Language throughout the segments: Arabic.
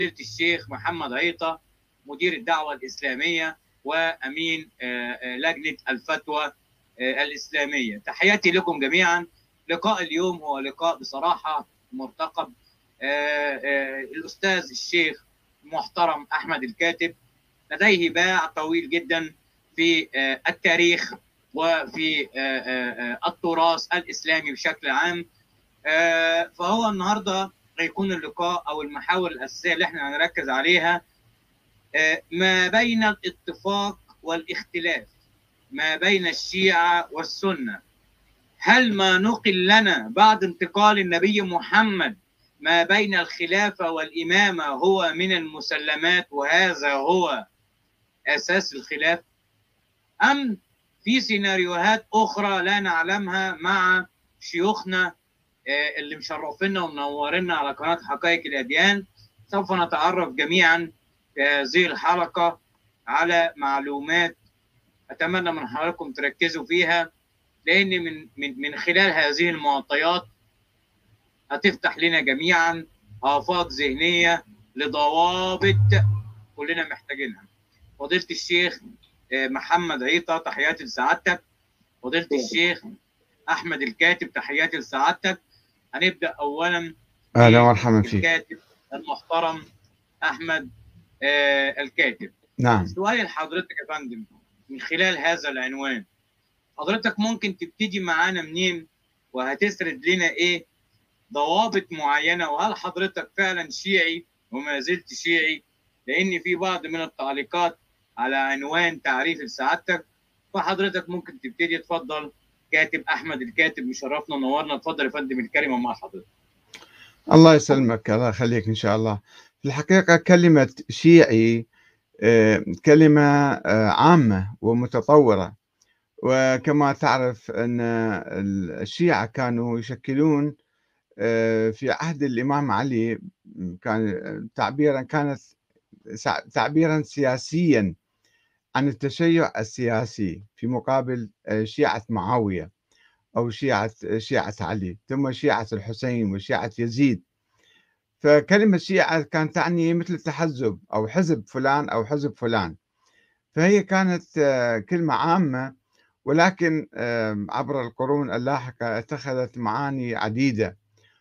الشيخ محمد عيطة مدير الدعوة الإسلامية وأمين لجنة الفتوى الإسلامية. تحياتي لكم جميعا. لقاء اليوم هو لقاء بصراحة مرتقب. الأستاذ الشيخ المحترم أحمد الكاتب لديه باع طويل جدا في التاريخ وفي التراث الإسلامي بشكل عام. فهو النهارده هيكون اللقاء او المحاور الاساسيه اللي احنا هنركز عليها ما بين الاتفاق والاختلاف ما بين الشيعه والسنه. هل ما نقل لنا بعد انتقال النبي محمد ما بين الخلافه والامامه هو من المسلمات وهذا هو اساس الخلاف، ام في سيناريوهات اخرى لا نعلمها مع شيوخنا اللي مشرفينا ومنورينا على قناة حقائق الأديان؟ سوف نتعرف جميعا في هذه الحلقة على معلومات أتمنى من حضراتكم تركزوا فيها، لأن من خلال هذه المعطيات هتفتح لنا جميعا آفاق ذهنية لضوابط كلنا محتاجينها. فضيلة الشيخ محمد عيطة، تحياتي لسعادتك. فضيلة الشيخ أحمد الكاتب، تحياتي لسعادتك. هنبدأ أولا أهلا ومرحبا فيك الكاتب المحترم أحمد الكاتب. نعم. سؤالي لحضرتك يا فندم من خلال هذا العنوان، حضرتك ممكن تبتدي معانا منين وهتسرد لنا إيه ضوابط معينة، وهل حضرتك فعلا شيعي وما زلت شيعي؟ لأن في بعض من التعليقات على عنوان تعريف لسعادتك، فحضرتك ممكن تبتدي. اتفضل كاتب أحمد الكاتب، مشرفنا ونورنا. اتفضل يا فندم، الكلمة مع حضرتك. الله يسلمك، الله يخليك إن شاء الله. في الحقيقة كلمة شيعي كلمة عامة ومتطورة، وكما تعرف أن الشيعة كانوا يشكلون في عهد الإمام علي كانت تعبيرا سياسيا عن التشيع السياسي في مقابل شيعة معاوية أو شيعة علي، ثم شيعة الحسين وشيعة يزيد. فكلمة شيعة كانت تعني مثل التحزب أو حزب فلان أو حزب فلان، فهي كانت كلمة عامة، ولكن عبر القرون اللاحقة اتخذت معاني عديدة.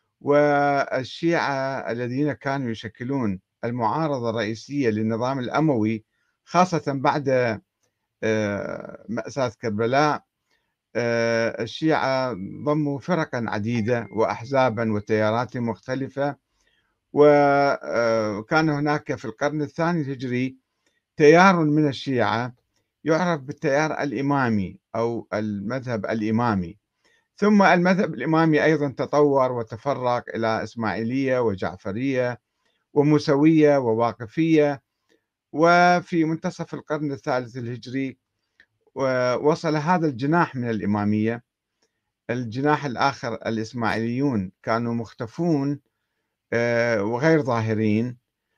والشيعة الذين كانوا يشكلون المعارضة الرئيسية للنظام الأموي خاصة بعد مأساة كربلاء، الشيعة ضموا فرقا عديدة وأحزابا وتيارات مختلفة، وكان هناك في القرن الثاني الهجري تيار من الشيعة يعرف بالتيار الإمامي أو المذهب الإمامي. ثم المذهب الإمامي أيضا تطور وتفرق إلى إسماعيلية وجعفرية وموسوية وواقفية، وفي منتصف القرن الثالث الهجري وصل هذا الجناح من الإمامية. الجناح الآخر الإسماعيليون كانوا مختفون وغير ظاهرين.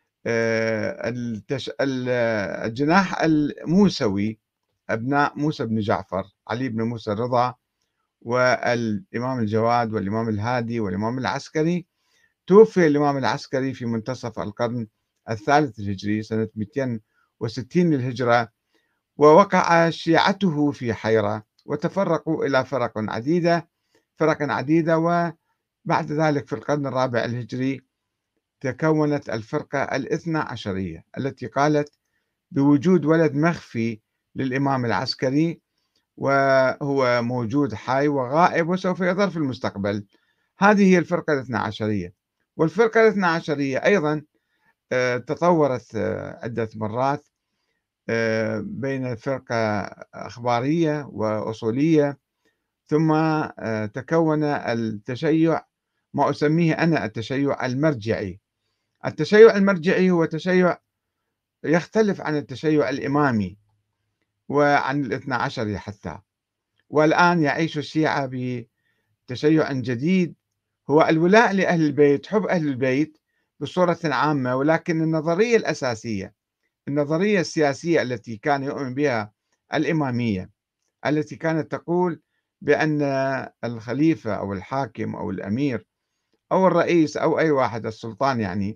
الجناح الموسوي أبناء موسى بن جعفر، علي بن موسى الرضا والإمام الجواد والإمام الهادي والإمام العسكري. توفي الإمام العسكري في منتصف القرن الثالث الهجري سنة 260 للهجرة، ووقع شيعته في حيرة وتفرقوا إلى فرق عديدة. وبعد ذلك في القرن الرابع الهجري تكونت الفرقة الاثنى عشرية التي قالت بوجود ولد مخفي للإمام العسكري، وهو موجود حي وغائب وسوف يظهر في المستقبل. هذه هي الفرقة الاثنى عشرية. والفرقة الاثنى عشرية أيضا تطورت عدة مرات بين فرقة أخبارية وأصولية، ثم تكون التشيع ما أسميه أنا التشيع المرجعي. التشيع المرجعي هو تشيع يختلف عن التشيع الإمامي وعن الاثنى عشري حتى. والآن يعيش الشيعة بتشيع جديد، هو الولاء لأهل البيت، حب أهل البيت بصورة عامة، ولكن النظرية الأساسية، النظرية السياسية التي كان يؤمن بها الإمامية، التي كانت تقول بأن الخليفة أو الحاكم أو الأمير أو الرئيس أو أي واحد، السلطان يعني،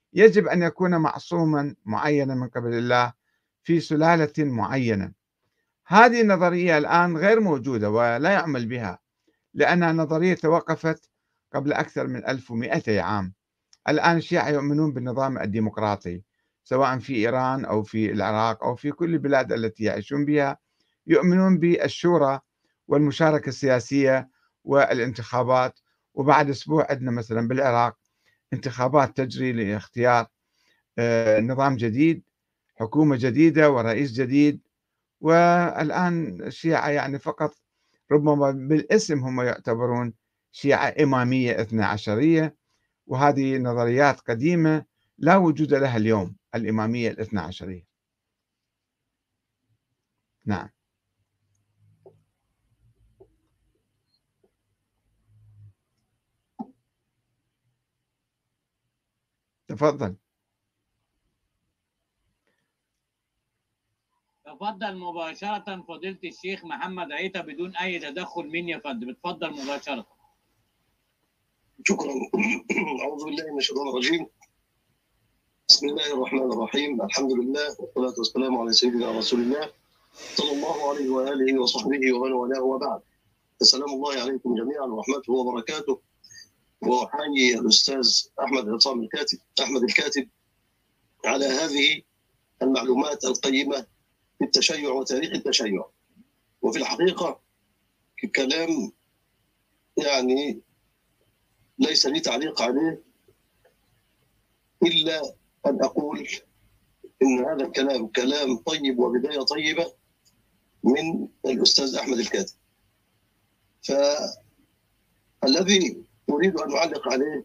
يجب أن يكون معصوما معينا من قبل الله في سلالة معينة. هذه النظرية الآن غير موجودة ولا يعمل بها، لأنها نظرية توقفت قبل أكثر من 1200 عام. الآن الشيعة يؤمنون بالنظام الديمقراطي، سواء في إيران أو في العراق أو في كل البلاد التي يعيشون بها، يؤمنون بالشورى والمشاركة السياسية والانتخابات. وبعد أسبوع عندنا مثلا بالعراق انتخابات تجري لاختيار نظام جديد، حكومة جديدة ورئيس جديد. والآن الشيعة يعني فقط ربما بالاسم هم يعتبرون شيعة إمامية 12، وهذه نظريات قديمة لا وجود لها اليوم، الإمامية 12. نعم، تفضل. تفضل مباشرة فضيلة الشيخ محمد عيطة بدون أي تدخل مني يا فندم، اتفضل مباشرة. شكرا. أعوذ بالله من الشيطان الرجيم. بسم الله الرحمن الرحيم. الحمد لله والصلاة والسلام على سيدنا رسول الله صلى الله عليه وآله وصحبه ومن والاه، وبعد. السلام الله عليكم جميعا ورحمته وبركاته. وأحيي الأستاذ أحمد عصام الكاتب على هذه المعلومات القيمة في التشيع وتاريخ التشيع. وفي الحقيقة كلام يعني ليس لي تعليق عليه إلا أن أقول إن هذا الكلام كلام طيب وبداية طيبة من الأستاذ أحمد الكاتب. فالذي أريد أن أعلق عليه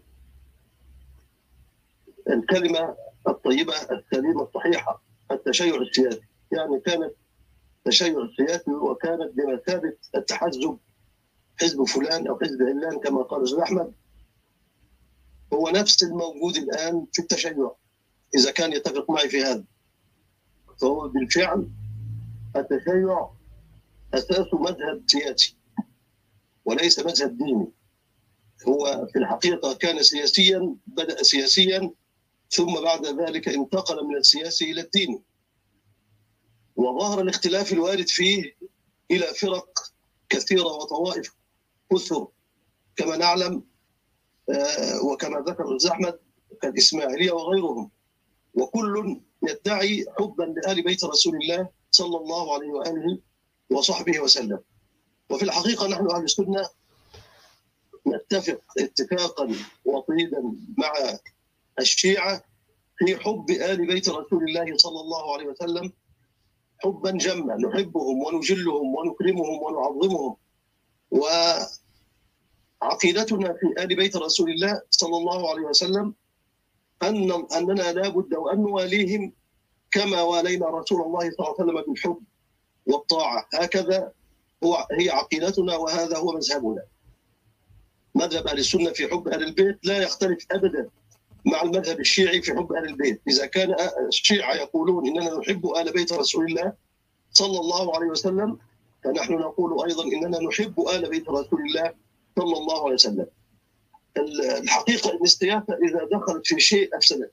الكلمة الطيبة السليمة الصحيحة، التشيع السياسي. يعني كانت التشيع السياسي وكانت بمثابة التحزب، حزب فلان أو حزب علان كما قال الأستاذ أحمد، هو نفس الموجود الآن في التشيع. إذا كان يتفق معي في هذا، فهو بالفعل التشيع أساسه مذهب سياسي وليس مذهب ديني. هو في الحقيقة كان سياسيا، بدأ سياسيا ثم بعد ذلك انتقل من السياسي إلى الديني، وظهر الاختلاف الوارد فيه إلى فرق كثيرة وطوائف كثر كما نعلم، وكما ذكر الأستاذ أحمد كالإسماعيلية وغيرهم، وكل يدعي حبا لآل بيت رسول الله صلى الله عليه وآله وصحبه وسلم. وفي الحقيقة نحن أهل السنة نتفق اتفاقا وطيدا مع الشيعة في حب آل بيت رسول الله صلى الله عليه وسلم حبا جما، نحبهم ونجلهم ونكرمهم ونعظمهم. وعقيدتنا في آل بيت رسول الله صلى الله عليه وسلم أننا لا بد وأن نواليهم كما والينا رسول الله صلى الله عليه وسلم بالحب والطاعة. هكذا هي عقيدتنا وهذا هو مذهبنا. مذهب أهل السنة في حب أهل البيت لا يختلف أبدا مع المذهب الشيعي في حب أهل البيت. إذا كان الشيعة يقولون إننا نحب آل بيت رسول الله صلى الله عليه وسلم، فنحن نقول أيضا إننا نحب آل بيت رسول الله صلى الله عليه وسلم. الحقيقة أن السياسة إذا دخلت في شيء أفسدت،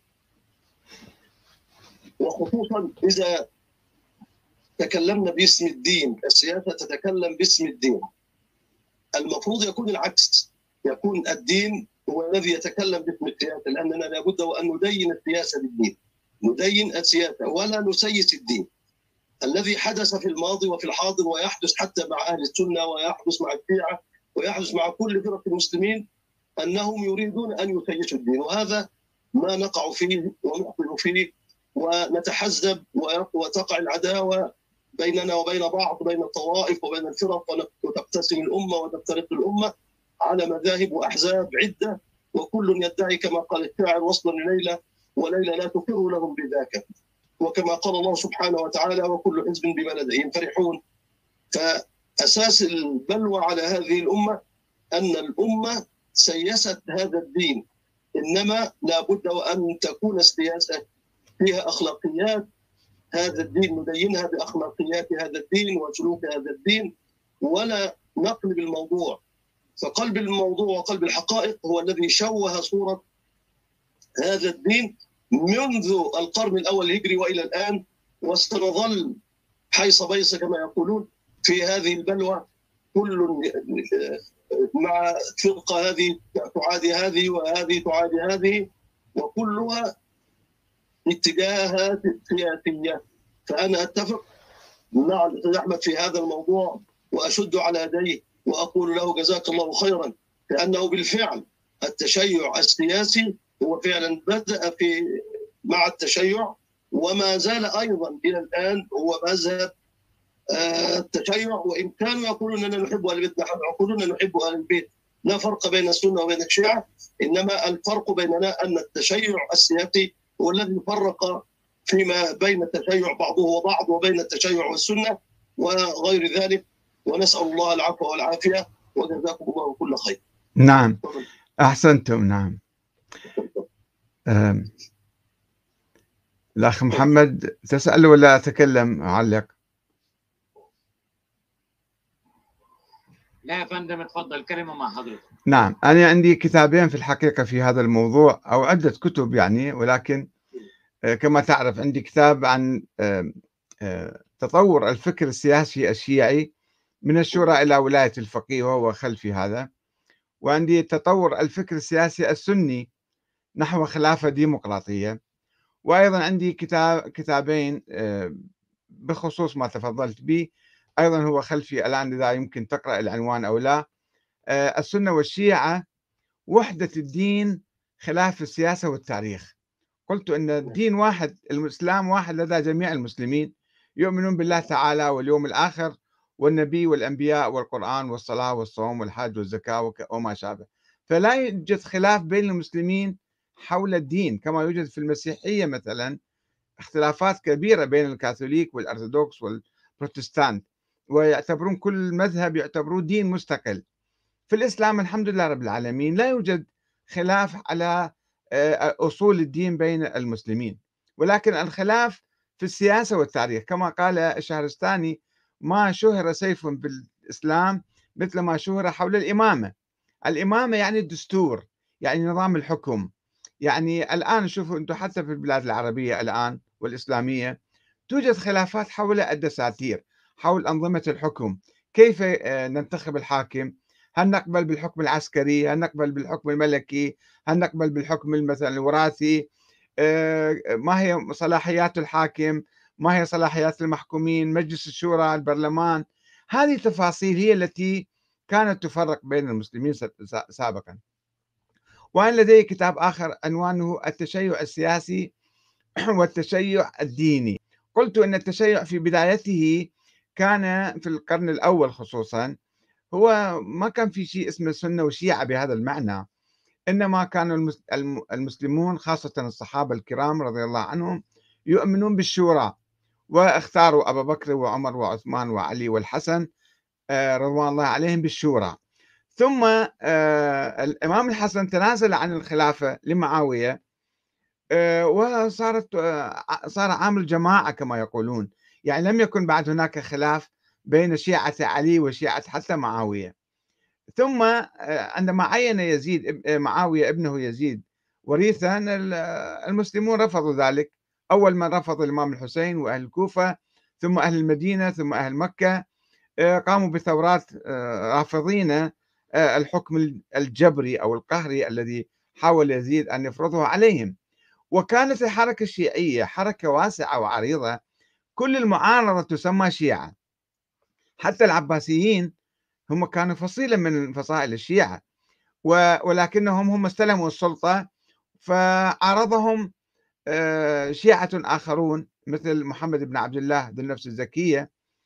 وخصوصا إذا تكلمنا باسم الدين. السياسة تتكلم باسم الدين، المفروض يكون العكس، يكون الدين هو الذي يتكلم باسم السياسة، لأننا لابد وأن ندين السياسة بالدين، ندين السياسة ولا نسيس الدين. الذي حدث في الماضي وفي الحاضر ويحدث حتى مع أهل السنة ويحدث مع الشيعة ويحدث مع كل فرق المسلمين أنهم يريدون أن يسيسوا الدين، وهذا ما نقع فيه ونخطئ فيه ونتحزب وتقع العداوة بيننا وبين بعض، بين الطوائف وبين الفرق، وتقتسم الأمة وتفترق الأمة على مذاهب وأحزاب عدة، وكل يدعي كما قال الشاعر وصلا لليلى وليلى لا تقر لهم بذاك، وكما قال الله سبحانه وتعالى وكل حزب بما لديهم فرحون. فأساس البلوى على هذه الأمة أن الأمة سيست هذا الدين، إنما لا بد وأن تكون السياسة فيها أخلاقيات هذا الدين، ندينها بأخلاقيات هذا الدين وسلوك هذا الدين، ولا نقلب الموضوع. فقلب الموضوع وقلب الحقائق هو الذي شوه صورة هذا الدين منذ القرن الأول الهجري وإلى الآن، وسنظل حيص بيص كما يقولون في هذه البلوى، كل مع فرقة هذه تعادي هذه وهذه تعادي هذه، وكلها اتجاهات سياسية. فأنا أتفق مع الأستاذ أحمد في هذا الموضوع، وأشد على يديه وأقول له جزاك الله خيرا، لأنه بالفعل التشيع السياسي هو فعلا بدأ مع التشيع، وما زال أيضا إلى الآن هو مذهب التشيع. وإن كانوا يقولون أننا نحب أهل البيت، نحن يقولون نحب أهل البيت، لا فرق بين السنة وبين الشيعة، إنما الفرق بيننا أن التشيع السياسي هو الذي فرق فيما بين التشيع بعضه وبعض وبين التشيع والسنة وغير ذلك. ونسأل الله العفو والعافية، وجزاكم الله كل خير. نعم، أحسنتم. نعم. الأخ محمد تسأل ولا أتكلم أعلق؟ لا يا فندم، اتفضل، الكلمة مع حضرتك. نعم، أنا عندي كتابين في الحقيقة في هذا الموضوع، أو عدة كتب يعني، ولكن كما تعرف عندي كتاب عن تطور الفكر السياسي الشيعي من الشورى إلى ولاية الفقيه، وهو خلفي هذا. وعندي تطور الفكر السياسي السني نحو خلافة ديمقراطية. وأيضا عندي كتابين بخصوص ما تفضلت به، أيضا هو خلفي الآن، إذا يمكن تقرأ العنوان أو لا. السنة والشيعة، وحدة الدين خلاف السياسة والتاريخ. قلت أن الدين واحد، الإسلام واحد لدى جميع المسلمين، يؤمنون بالله تعالى واليوم الآخر والنبي والأنبياء والقرآن والصلاة والصوم والحج والزكاة وما شابه. فلا يوجد خلاف بين المسلمين حول الدين، كما يوجد في المسيحية مثلا اختلافات كبيرة بين الكاثوليك والأرثوذكس والبروتستانت، ويعتبرون كل مذهب يعتبروه دين مستقل. في الإسلام الحمد لله رب العالمين لا يوجد خلاف على أصول الدين بين المسلمين، ولكن الخلاف في السياسة والتاريخ. كما قال الشهرستاني: ما شهر سيف بالإسلام مثل ما شهر حول الإمامة. الإمامة يعني الدستور، يعني نظام الحكم. يعني الآن شوفوا أنتم حتى في البلاد العربية الآن والإسلامية توجد خلافات حول الدساتير، حول أنظمة الحكم، كيف ننتخب الحاكم، هل نقبل بالحكم العسكري، هل نقبل بالحكم الملكي، هل نقبل بالحكم مثلا الوراثي، ما هي صلاحيات الحاكم، ما هي صلاحيات المحكومين، مجلس الشورى، البرلمان. هذه التفاصيل هي التي كانت تفرق بين المسلمين سابقا. وأنا لدي كتاب آخر عنوانه التشيع السياسي والتشيع الديني. قلت أن التشيع في بدايته كان في القرن الأول خصوصا، هو ما كان في شيء اسمه سنة وشيعة بهذا المعنى، إنما كانوا المسلمون خاصة الصحابة الكرام رضي الله عنهم يؤمنون بالشورى، واختاروا أبا بكر وعمر وعثمان وعلي والحسن رضوان الله عليهم بالشورى. ثم الإمام الحسن تنازل عن الخلافة لمعاوية، صار عامل جماعة كما يقولون، يعني لم يكن بعد هناك خلاف بين شيعة علي وشيعة حتى معاوية. ثم عندما عين يزيد معاوية ابنه يزيد وريثا، المسلمون رفضوا ذلك. أول من رفض الإمام الحسين وأهل الكوفة، ثم أهل المدينة، ثم أهل مكة، قاموا بثورات رافضين الحكم الجبري أو القهري الذي حاول يزيد أن يفرضه عليهم. وكانت الحركة الشيعية حركة واسعة وعريضة، كل المعارضة تسمى شيعة. حتى العباسيين هم كانوا فصيلة من فصائل الشيعة، ولكنهم هم استلموا السلطة، فعارضهم شيعة آخرون مثل محمد بن عبد الله ذو النفس الزكية،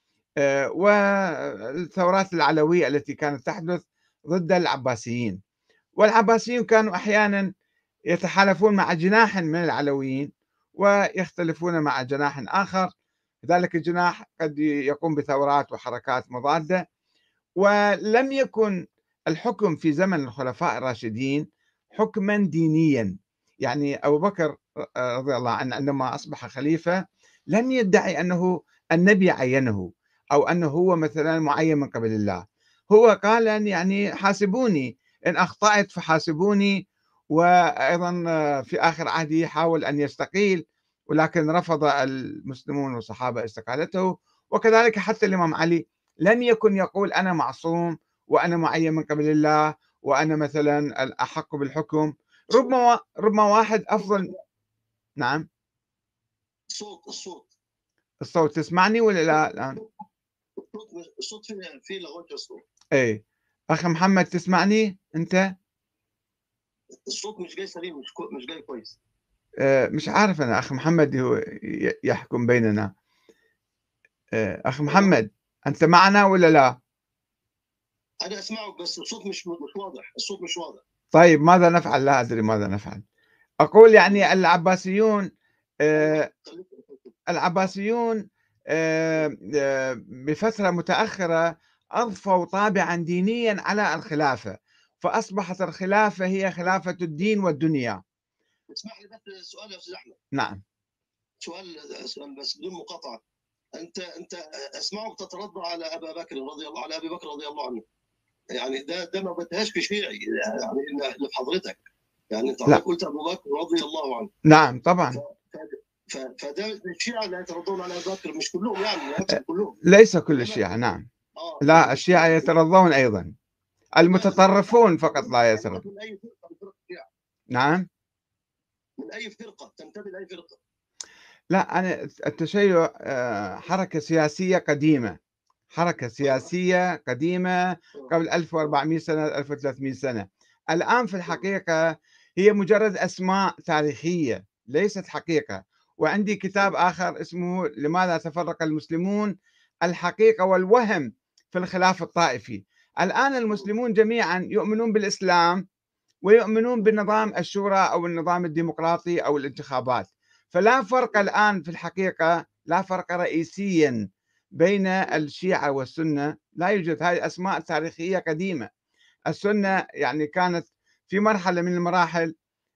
والثورات العلوية التي كانت تحدث ضد العباسيين. والعباسيين كانوا أحيانا يتحالفون مع جناح من العلويين ويختلفون مع جناح آخر، ذلك الجناح قد يقوم بثورات وحركات مضادة. ولم يكن الحكم في زمن الخلفاء الراشدين حكما دينيا، يعني أبو بكر رضي الله عنه عندما أصبح خليفة لم يدعي أنه النبي عينه أو أنه هو مثلا معين من قبل الله. هو قال يعني حاسبوني إن أخطأت فحاسبوني، وأيضا في آخر عهده حاول أن يستقيل، ولكن رفض المسلمون والصحابة استقالته. وكذلك حتى الإمام علي لم يكن يقول أنا معصوم وأنا معين من قبل الله وأنا مثلا الأحق بالحكم. ربما واحد أفضل. نعم. الصوت الصوت تسمعني ولا لا الآن؟ الصوت فيه لغوية الصوت. اي أخ محمد تسمعني أنت؟ الصوت مش جاي سليم، مش جاي كويس. مش عارف أنا، أخ محمد هو يحكم بيننا. أخ محمد أنت معنا ولا لا؟ أنا أسمعك بس الصوت مش واضح، الصوت مش واضح. طيب ماذا نفعل؟ لا أدري ماذا نفعل. أقول يعني العباسيون بفترة متأخرة أضفوا طابعا دينيا على الخلافة، فأصبحت الخلافة هي خلافة الدين والدنيا. اسمح لي بس سؤال يا أستاذ أحمد. نعم. سؤال بس بدون مقاطعة. أنت أسمعك تترضى على أبي بكر رضي الله عنه. يعني ده ما بدهاش كشيعي يعني اللي في حضرتك. يعني أنت قلت أبو بكر رضي الله عنه. نعم طبعا. فده الشيعة اللي يترضون على أبي بكر مش كلهم، يعني كلهم. ليس كل الشيعة. نعم. لا الشيعة يترضون أيضا، المتطرفون فقط لا يترضون. من أي فرقة من فرق الشيعة؟ نعم. من أي فرقة تنتمي لأي فرقة؟ لا أنا التشيع حركة سياسية قديمة، حركة سياسية قديمة قبل 1400 سنة 1300 سنة. الآن في الحقيقة هي مجرد أسماء تاريخية ليست حقيقة. وعندي كتاب آخر اسمه لماذا تفرق المسلمون، الحقيقة والوهم في الخلاف الطائفي. الآن المسلمون جميعا يؤمنون بالإسلام ويؤمنون بنظام الشورى أو النظام الديمقراطي أو الانتخابات. فلا فرق الآن في الحقيقة، لا فرق رئيسيا بين الشيعة والسنة، لا يوجد. هذه أسماء تاريخية قديمة. السنة يعني كانت في مرحلة من المراحل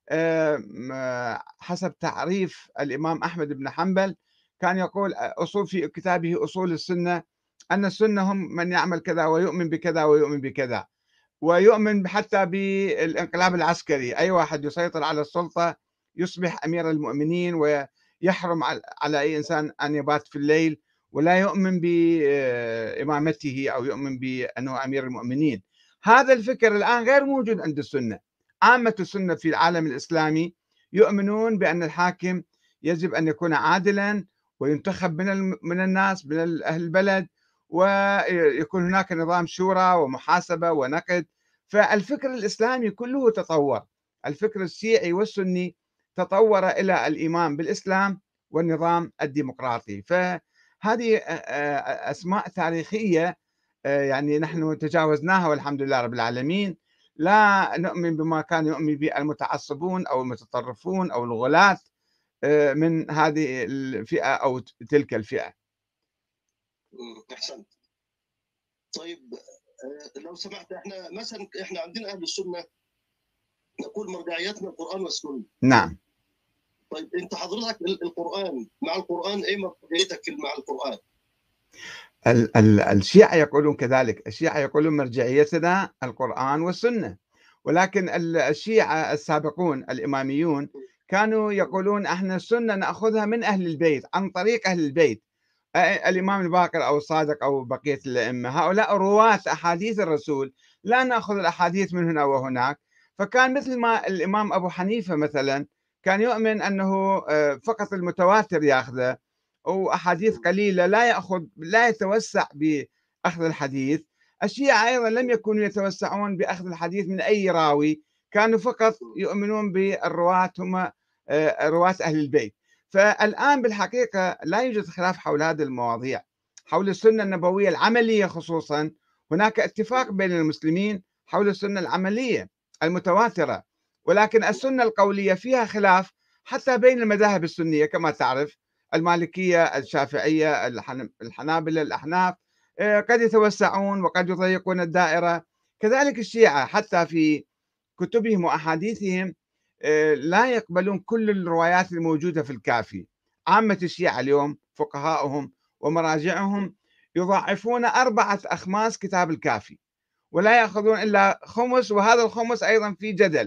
حسب تعريف الإمام أحمد بن حنبل كان يقول في كتابه أصول السنة أن السنة هم من يعمل كذا ويؤمن بكذا ويؤمن بكذا، ويؤمن حتى بالانقلاب العسكري. أي واحد يسيطر على السلطة يصبح أمير المؤمنين ويحرم على أي إنسان أن يبات في الليل، ولا يؤمن بإمامته أو يؤمن بأنه أمير المؤمنين. هذا الفكر الآن غير موجود عند السنة. عامة السنة في العالم الإسلامي يؤمنون بأن الحاكم يجب أن يكون عادلا وينتخب من الناس، من أهل البلد، ويكون هناك نظام شورى ومحاسبة ونقد. فالفكر الإسلامي كله تطور. الفكر الشيعي والسني تطور إلى الإيمان بالإسلام والنظام الديمقراطي. فهذه أسماء تاريخية يعني نحن تجاوزناها والحمد لله رب العالمين. لا نؤمن بما كان يؤمن به المتعصبون أو المتطرفون أو الغلاة من هذه الفئة أو تلك الفئة. أحسنت. طيب لو سمحت، احنا عندنا أهل السنة نقول مرجعيتنا القرآن والسنة. نعم. طيب انت حضرتك مع القرآن ايه مرجعيتك مع القرآن؟ الشيعة يقولون كذلك. الشيعة يقولون مرجعيتنا القرآن والسنة، ولكن الشيعة السابقون الإماميون كانوا يقولون احنا السنة نأخذها من أهل البيت عن طريق أهل البيت، الإمام الباقر أو الصادق أو بقية الأئمة. هؤلاء رواة أحاديث الرسول، لا نأخذ الأحاديث من هنا وهناك. فكان مثل ما الإمام أبو حنيفة مثلا كان يؤمن أنه فقط المتواتر يأخذه، وأحاديث قليلة لا يتوسع بأخذ الحديث. الشيعة أيضا لم يكونوا يتوسعون بأخذ الحديث من أي راوي، كانوا فقط يؤمنون بالرواة هم رواة أهل البيت. فالآن بالحقيقة لا يوجد خلاف حول هذه المواضيع، حول السنة النبوية العملية خصوصا. هناك اتفاق بين المسلمين حول السنة العملية المتواترة، ولكن السنة القولية فيها خلاف حتى بين المذاهب السنية كما تعرف، المالكية، الشافعية، الحنابلة، الأحناف قد يتوسعون وقد يضيقون الدائرة. كذلك الشيعة حتى في كتبهم وأحاديثهم لا يقبلون كل الروايات الموجودة في الكافي. عامة الشيعة اليوم فقهاؤهم ومراجعهم يضاعفون 4 أخماس كتاب الكافي، ولا يأخذون إلا خمس، وهذا الخمس أيضا في جدل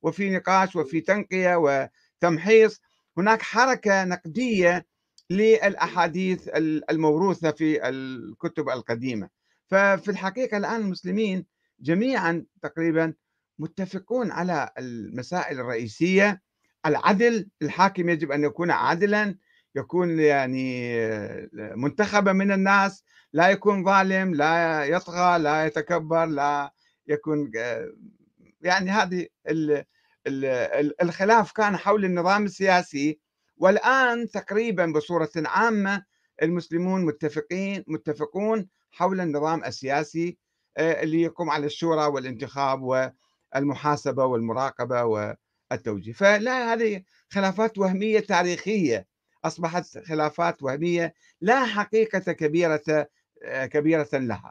وفي نقاش وفي تنقية وتمحيص. هناك حركة نقدية للأحاديث الموروثة في الكتب القديمة. ففي الحقيقة الآن المسلمين جميعا تقريبا متفقون على المسائل الرئيسية. العدل، الحاكم يجب أن يكون عادلا، يكون يعني منتخبا من الناس، لا يكون ظالم، لا يطغى، لا يتكبر، لا يكون يعني هذه الخلاف كان حول النظام السياسي. والآن تقريبا بصورة عامة المسلمون متفقون حول النظام السياسي اللي يقوم على الشورى والانتخاب والمحاسبة والمراقبة والتوجيه. فلا، هذه خلافات وهمية تاريخية، أصبحت خلافات وهمية لا حقيقة كبيرة لها.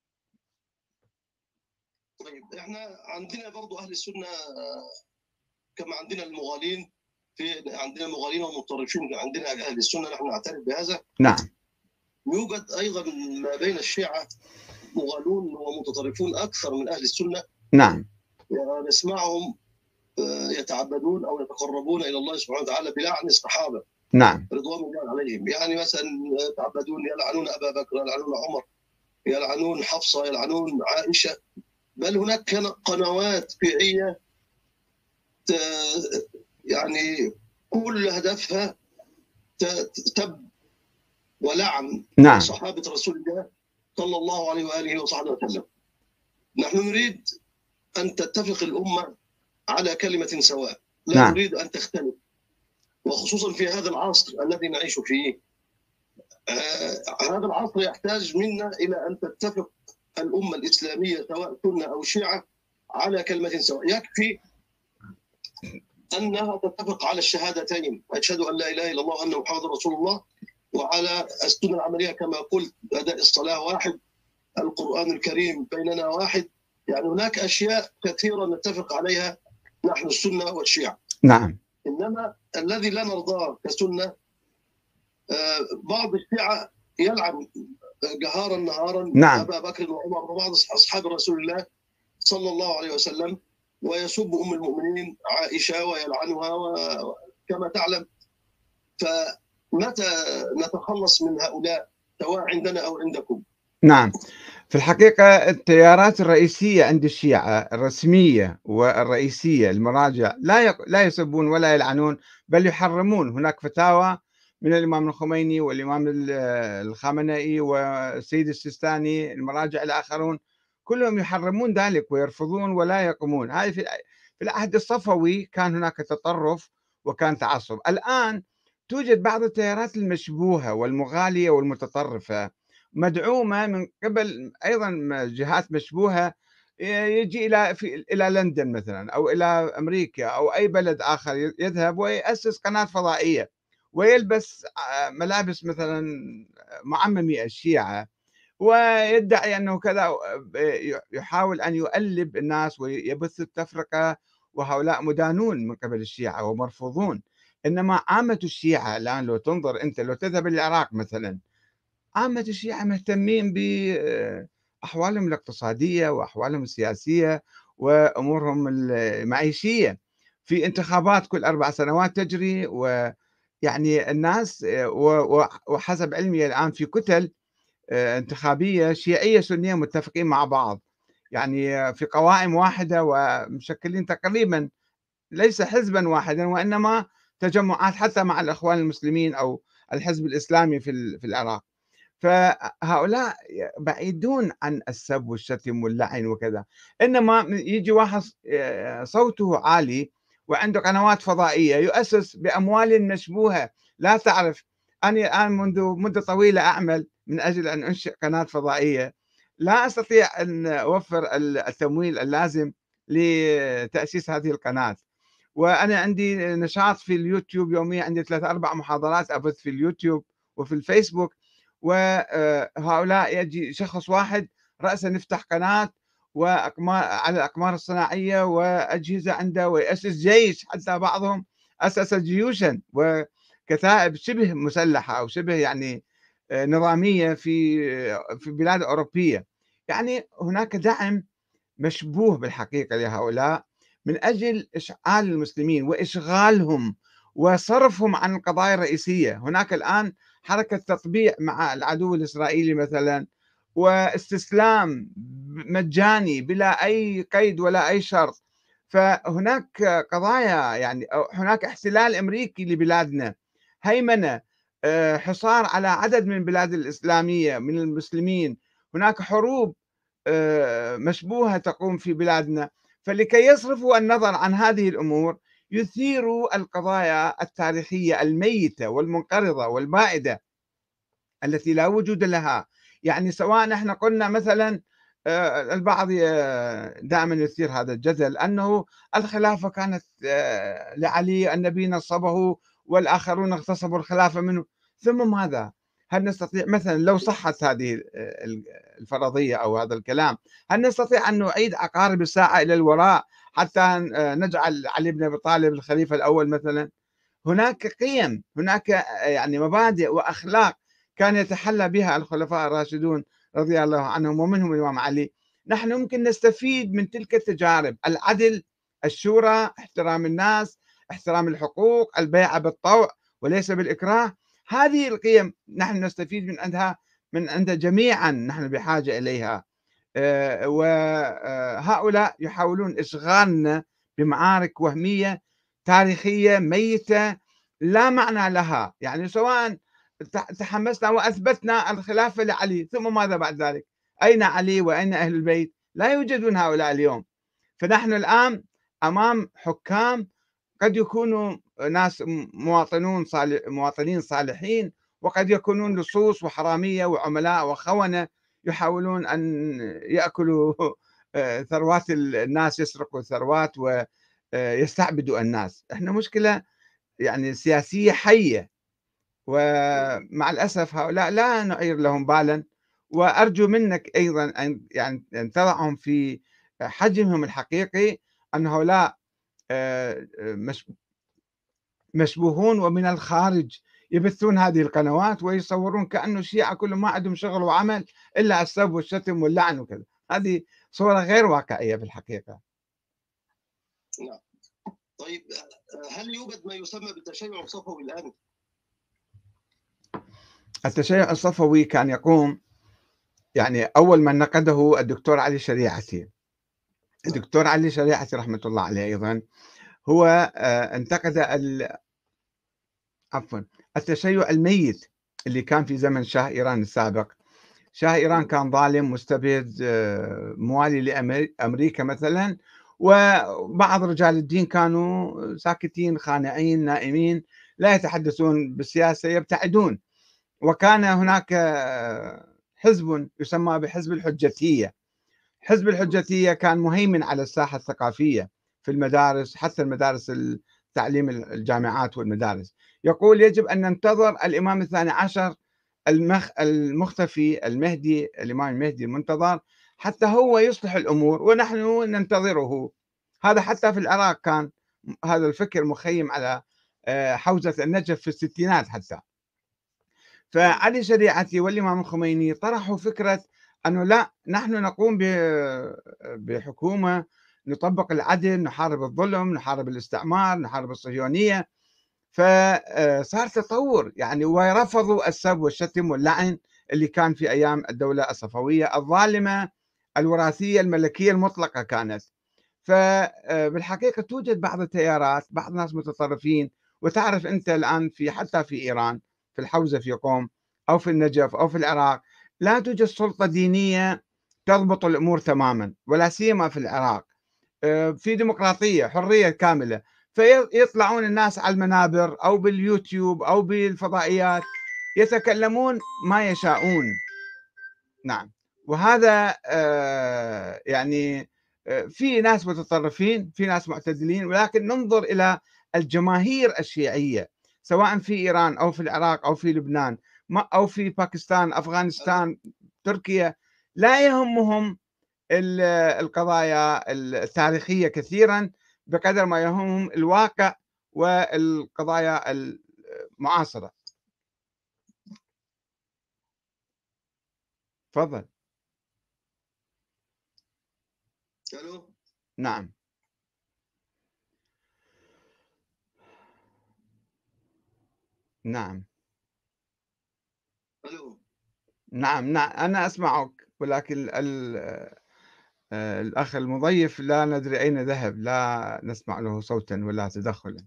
طيب احنا عندنا برضو اهل السنه كما عندنا المغالين، عندنا المغالين والمتطرفين، عندنا اهل السنه نحن نعترف بهذا. نعم. يوجد ايضا ما بين الشيعه مغالون ومتطرفون اكثر من اهل السنه. نعم. نسمعهم يتعبدون او يتقربون الى الله سبحانه وتعالى بلعن الصحابه. نعم. رضوان الله عليهم. يعني مثلا يتعبدون، يلعنون ابا بكر، يلعنون عمر، يلعنون حفصه، يلعنون عائشه. بل هناك قنوات شيعيه يعني كل هدفها تب ولعن نعم. صحابه رسول الله صلى الله عليه واله وصحبه وسلم. نحن نريد ان تتفق الامه على كلمه سواء، لا نعم. نريد ان تختلف، وخصوصا في هذا العصر الذي نعيش فيه. هذا العصر يحتاج منا الى ان تتفق الامه الاسلاميه سواء سنه او شيعه على كلمه سواء. يكفي انها تتفق على الشهادتين، اشهد ان لا اله الا الله وان محمدا رسول الله، وعلى السنه العمليه كما قلت، اداء الصلاه واحد، القران الكريم بيننا واحد. يعني هناك اشياء كثيره نتفق عليها نحن السنه والشيعه. نعم. انما الذي لا نرضاه كسنه بعض الشيعه يلعن جهارا نهارا نعم. ابا بكر وعمر وبعض اصحاب رسول الله صلى الله عليه وسلم، ويسب ام المؤمنين عائشه ويلعنها كما تعلم. فمتى نتخلص من هؤلاء سواء عندنا او عندكم؟ نعم. في الحقيقة التيارات الرئيسية عند الشيعة الرسمية والرئيسية، المراجع، لا يسبون ولا يلعنون، بل يحرمون. هناك فتاوى من الإمام الخميني والإمام الخامنئي والسيد السيستاني، المراجع الآخرون كلهم يحرمون ذلك ويرفضون ولا يقومون. هذه في العهد الصفوي كان هناك تطرف وكان تعصب. الآن توجد بعض التيارات المشبوهة والمغالية والمتطرفة مدعومة من قبل أيضا جهات مشبوهة، يجي إلى لندن مثلا أو إلى أمريكا أو أي بلد آخر، يذهب ويأسس قناة فضائية ويلبس ملابس مثلا معممي الشيعة ويدعي أنه كذا، يحاول أن يؤلب الناس ويبث التفرقة، وهؤلاء مدانون من قبل الشيعة ومرفوضون. إنما عامة الشيعة الآن لو تنظر أنت، لو تذهب العراق مثلا، عامة الشيعة مهتمين بأحوالهم الاقتصادية وأحوالهم السياسية وأمورهم المعيشية. في انتخابات كل 4 سنوات تجري، ويعني الناس وحسب علمي الآن في كتل انتخابية شيعية سنية متفقين مع بعض، يعني في قوائم واحدة ومشكلين تقريبا ليس حزبا واحدا وإنما تجمعات حتى مع الإخوان المسلمين أو الحزب الإسلامي في العراق. فهؤلاء بعيدون عن السب والشتم واللعن وكذا، إنما يجي واحد صوته عالي وعنده قنوات فضائية يؤسس بأموال مشبوهة لا تعرف. أنا الآن منذ مدة طويلة أعمل من أجل أن أنشئ قناة فضائية، لا أستطيع أن أوفر التمويل اللازم لتأسيس هذه القناة. وأنا عندي نشاط في اليوتيوب يوميا، عندي 3-4 محاضرات أبث في اليوتيوب وفي الفيسبوك. وهؤلاء يجي شخص واحد رأسا نفتح قناة وأقمار على الأقمار الصناعية وأجهزة عنده، ويأسس جيش، حتى بعضهم أسس جيوشا وكتائب شبه مسلحة أو شبه يعني نظامية في بلاد أوروبية. يعني هناك دعم مشبوه بالحقيقة لهؤلاء من أجل إشعال المسلمين وإشغالهم وصرفهم عن القضايا الرئيسية. هناك الآن حركة تطبيع مع العدو الإسرائيلي مثلا، واستسلام مجاني بلا أي قيد ولا أي شرط. فهناك قضايا، يعني هناك احتلال أمريكي لبلادنا، هيمنة، حصار على عدد من البلاد الإسلامية من المسلمين، هناك حروب مشبوهة تقوم في بلادنا. فلكي يصرفوا النظر عن هذه الأمور يثيروا القضايا التاريخية الميتة والمنقرضة والبائدة التي لا وجود لها. يعني سواء احنا قلنا مثلا، البعض دائما يثير هذا الجدل أنه الخلافة كانت لعلي، النبي نصبه والآخرون اغتصبوا الخلافة منه، ثم ماذا؟ هل نستطيع مثلا لو صحت هذه الفرضية أو هذا الكلام، هل نستطيع أن نعيد عقارب الساعة إلى الوراء حتى نجعل علي بن أبي طالب الخليفة الأول مثلا؟ هناك قيم، هناك يعني مبادئ وأخلاق كان يتحلى بها الخلفاء الراشدون رضي الله عنهم ومنهم الإمام علي. نحن ممكن نستفيد من تلك التجارب: العدل، الشورى، احترام الناس، احترام الحقوق، البيعة بالطوع وليس بالإكراه. هذه القيم نحن نستفيد من عندها، من عند جميعا، نحن بحاجة إليها. وهؤلاء يحاولون إشغالنا بمعارك وهمية تاريخية ميتة لا معنى لها. يعني سواء تحمسنا وأثبتنا الخلافة لعلي، ثم ماذا بعد ذلك؟ أين علي وأين أهل البيت؟ لا يوجدون هؤلاء اليوم. فنحن الآن أمام حكام قد يكونوا ناس مواطنين صالحين، وقد يكونون لصوص وحرامية وعملاء وخونة يحاولون أن يأكلوا ثروات الناس، يسرقوا الثروات ويستعبدوا الناس. احنا مشكلة يعني سياسية حية، ومع الأسف هؤلاء لا نعير لهم بالا. وأرجو منك أيضا أن يعني أن تضعهم في حجمهم الحقيقي، أن هؤلاء مشبوهون ومن الخارج يبثون هذه القنوات ويصورون كأنه الشيعة كلهم ما عندهم شغل وعمل إلا السب والشتم واللعن وكذا. هذه صورة غير واقعية في الحقيقة. نعم. طيب، هل يوجد ما يسمى بالتشيع الصفوي الآن؟ التشيع الصفوي كان يقوم، يعني أول من نقده الدكتور علي شريعتي. الدكتور علي شريعتي رحمة الله عليه أيضا هو انتقد التشيع الميت اللي كان في زمن شاه إيران السابق. شاه إيران كان ظالم مستبد، موالي لأمريكا مثلا، وبعض رجال الدين كانوا ساكتين خانعين نائمين لا يتحدثون بالسياسة، يبتعدون. وكان هناك حزب يسمى بحزب الحجتية. حزب الحجتية كان مهيمن على الساحة الثقافية في المدارس، حتى المدارس التعليم، الجامعات والمدارس. يقول يجب أن ننتظر الإمام الثاني عشر المختفي المهدي، الإمام المهدي المنتظر، حتى هو يصلح الأمور ونحن ننتظره. هذا حتى في العراق كان هذا الفكر مخيم على حوزة النجف في الستينات حتى. فعلي شريعتي والإمام الخميني طرحوا فكرة أنه لا، نحن نقوم بحكومة نطبق العدل، نحارب الظلم، نحارب الاستعمار، نحارب الصهيونية. فصار تطور يعني، ورفضوا السب والشتم واللعن اللي كان في أيام الدولة الصفوية الظالمة الوراثية الملكية المطلقة كانت. فبالحقيقة توجد بعض التيارات، بعض الناس متطرفين. وتعرف أنت الآن في حتى في إيران، في الحوزة في قوم أو في النجف أو في العراق، لا توجد سلطة دينية تضبط الأمور تماما، ولا سيما في العراق. في ديمقراطية حرية كاملة، فيطلعون الناس على المنابر أو باليوتيوب أو بالفضائيات يتكلمون ما يشاءون. نعم. وهذا يعني في ناس متطرفين، في ناس معتدلين، ولكن ننظر إلى الجماهير الشيعية سواء في إيران أو في العراق أو في لبنان أو في باكستان، أفغانستان، تركيا. لا يهمهم القضايا التاريخية كثيرا بقدر ما يهمهم الواقع والقضايا المعاصرة. تفضل. الو. نعم. نعم الو. نعم أنا أسمعك، ولكن الأخ المضيف لا ندري أين ذهب، لا نسمع له صوتا ولا تدخلا.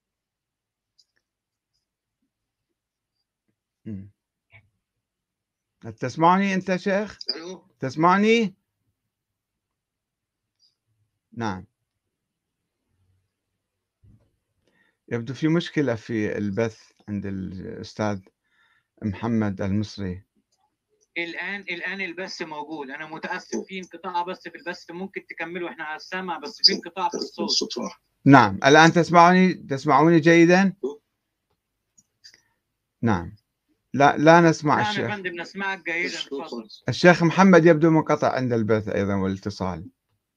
تسمعني أنت شيخ؟ الو. تسمعني؟ نعم. يبدو في مشكلة في البث عند الأستاذ محمد المصري. الان البث موجود، انا متاسف في انقطاع بس في البث، ممكن تكملوا احنا على السمع بس في انقطاع في الصوت. نعم الآن تسمعوني جيدا؟ نعم لا نسمع نعم الشيخ. يا فندم نسمعك جيدا، تفضل. الشيخ محمد يبدو منقطع عند البث أيضا والاتصال.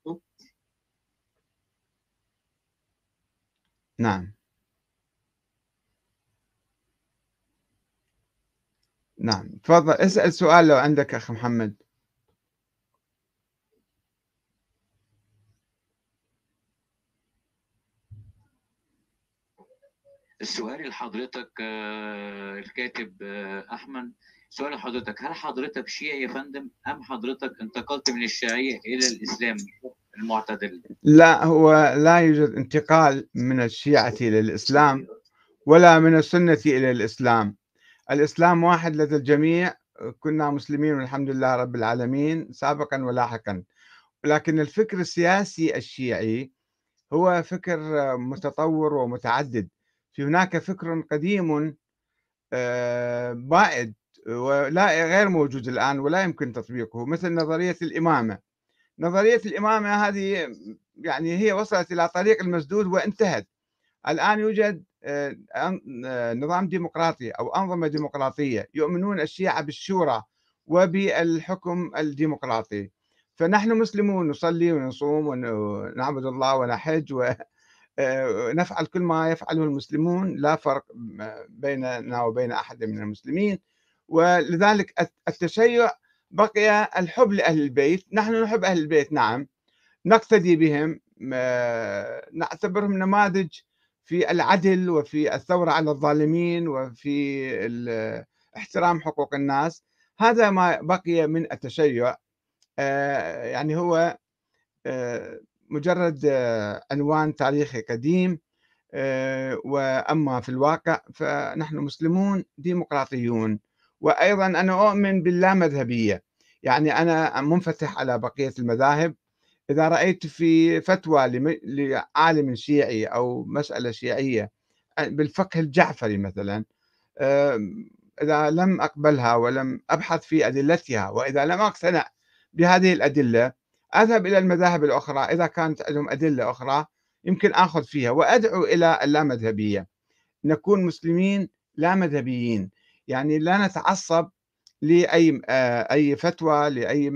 نعم تفضل اسأل سؤال لو عندك أخ محمد. السؤال لحضرتك الكاتب احمد، سؤال لحضرتك، هل حضرتك شيعي يا فندم ام حضرتك انتقلت من الشيعيه الى الاسلام المعتدل؟ لا، هو لا يوجد انتقال من الشيعة إلى الإسلام ولا من السنة إلى الإسلام. الإسلام واحد لدى الجميع، كنا مسلمين والحمد لله رب العالمين سابقا ولاحقا. ولكن الفكر السياسي الشيعي هو فكر متطور ومتعدد. في هناك فكر قديم بائد ولا غير موجود الآن ولا يمكن تطبيقه، مثل نظرية الإمامة. نظرية الإمامة هذه يعني هي وصلت إلى طريق المسدود وانتهت. الآن يوجد نظام ديمقراطي أو أنظمة ديمقراطية، يؤمنون الشيعة بالشورى وبالحكم الديمقراطي. فنحن مسلمون نصلي ونصوم ونعبد الله ونحج ونفعل كل ما يفعله المسلمون، لا فرق بيننا وبين أحد من المسلمين. ولذلك التشيع بقي الحب لأهل البيت. نحن نحب أهل البيت، نعم، نقتدي بهم، نعتبرهم نماذج في العدل وفي الثورة على الظالمين وفي احترام حقوق الناس. هذا ما بقي من التشيع. يعني هو مجرد عنوان تاريخي قديم. وأما في الواقع فنحن مسلمون ديمقراطيون. وأيضا أنا أؤمن باللامذهبية، يعني أنا منفتح على بقية المذاهب. إذا رأيت في فتوى لعالم شيعي أو مسألة شيعية بالفقه الجعفري مثلا، إذا لم أقبلها ولم أبحث في أدلتها وإذا لم أقتنع بهذه الأدلة، أذهب إلى المذاهب الأخرى إذا كانت عندهم أدلة أخرى يمكن آخذ فيها، وأدعو إلى اللامذهبية. نكون مسلمين لا مذهبيين، يعني لا نتعصب لأي أي فتوى لأي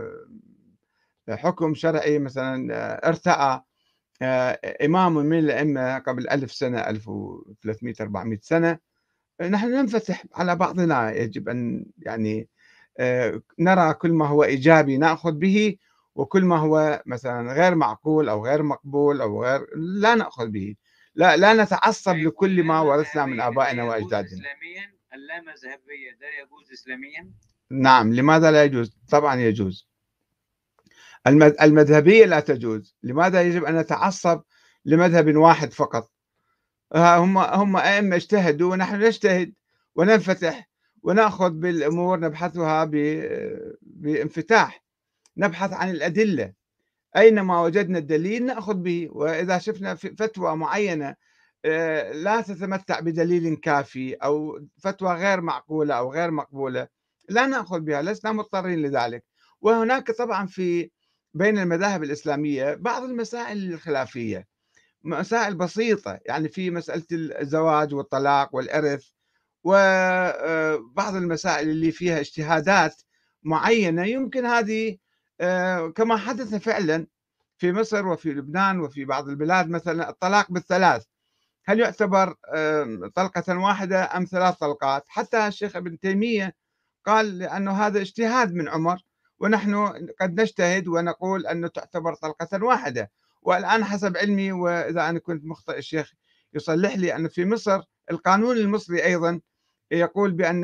حكم شرعي. مثلا ارتأى إمام من الأئمة قبل 1000 سنة، 1300 400 سنة، نحن ننفتح على بعضنا. يجب أن يعني نرى كل ما هو إيجابي نأخذ به، وكل ما هو مثلا غير معقول أو غير مقبول أو غير لا نأخذ به. لا نتعصب لكل ما ورثنا من آبائنا وأجدادنا. إسلاميا اللامذهبية ده يجوز إسلاميا؟ نعم، لماذا لا يجوز؟ طبعا يجوز. المذهبية لا تجوز. لماذا يجب أن نتعصب لمذهب واحد فقط؟ هم أئمة اجتهدوا ونحن نجتهد وننفتح ونأخذ بالأمور، نبحثها بانفتاح، نبحث عن الأدلة، أينما وجدنا الدليل نأخذ به. وإذا شفنا فتوى معينة لا تتمتع بدليل كافي أو فتوى غير معقولة أو غير مقبولة، لا نأخذ بها، لسنا مضطرين لذلك. وهناك طبعا بين المذاهب الإسلامية بعض المسائل الخلافية، مسائل بسيطة، يعني في مسألة الزواج والطلاق والإرث وبعض المسائل اللي فيها اجتهادات معينة. يمكن هذه كما حدث فعلا في مصر وفي لبنان وفي بعض البلاد، مثلا الطلاق بالثلاث، هل يعتبر طلقة واحدة أم 3 طلقات؟ حتى الشيخ ابن تيمية قال أنه هذا اجتهاد من عمر، ونحن قد نجتهد ونقول أنه تعتبر طلقة واحدة. والآن حسب علمي، وإذا أنا كنت مخطئ الشيخ يصلح لي، أنه في مصر القانون المصري أيضا يقول بأن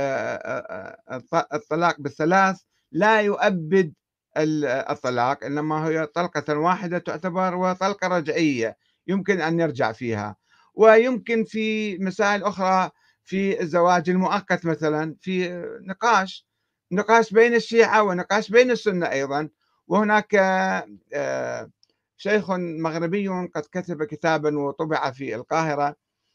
الطلاق بالثلاث لا يؤبد الطلاق، إنما هي طلقة واحدة تعتبر وطلقة رجعية يمكن أن يرجع فيها. ويمكن في مسائل أخرى في الزواج المؤقت مثلا في نقاش بين الشيعة ونقاش بين السنة أيضا. وهناك شيخ مغربي قد كتب كتابا وطبع في القاهرة،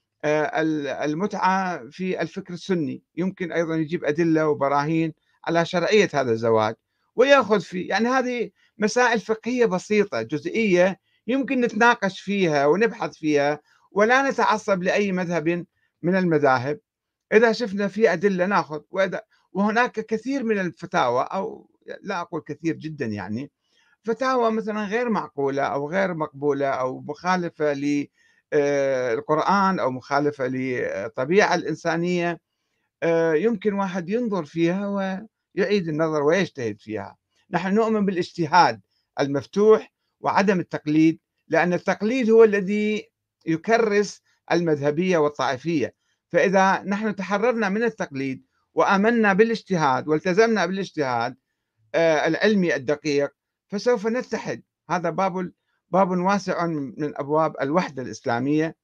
المتعة في الفكر السني، يمكن أيضا يجيب أدلة وبراهين على شرعية هذا الزواج ويأخذ فيه. يعني هذه مسائل فقهية بسيطة جزئية يمكن نتناقش فيها ونبحث فيها ولا نتعصب لأي مذهب من المذاهب. إذا شفنا في أدلة نأخذ، وهناك كثير من الفتاوى، أو لا أقول كثير جدا، يعني فتاوى مثلا غير معقولة أو غير مقبولة أو مخالفة للقرآن أو مخالفة للطبيعة الإنسانية، يمكن واحد ينظر فيها ويعيد النظر ويجتهد فيها. نحن نؤمن بالاجتهاد المفتوح وعدم التقليد، لأن التقليد هو الذي يكرس المذهبية والطائفية. فإذا نحن تحررنا من التقليد وآمنا بالاجتهاد والتزمنا بالاجتهاد العلمي الدقيق فسوف نتحد. هذا باب واسع من أبواب الوحدة الإسلامية،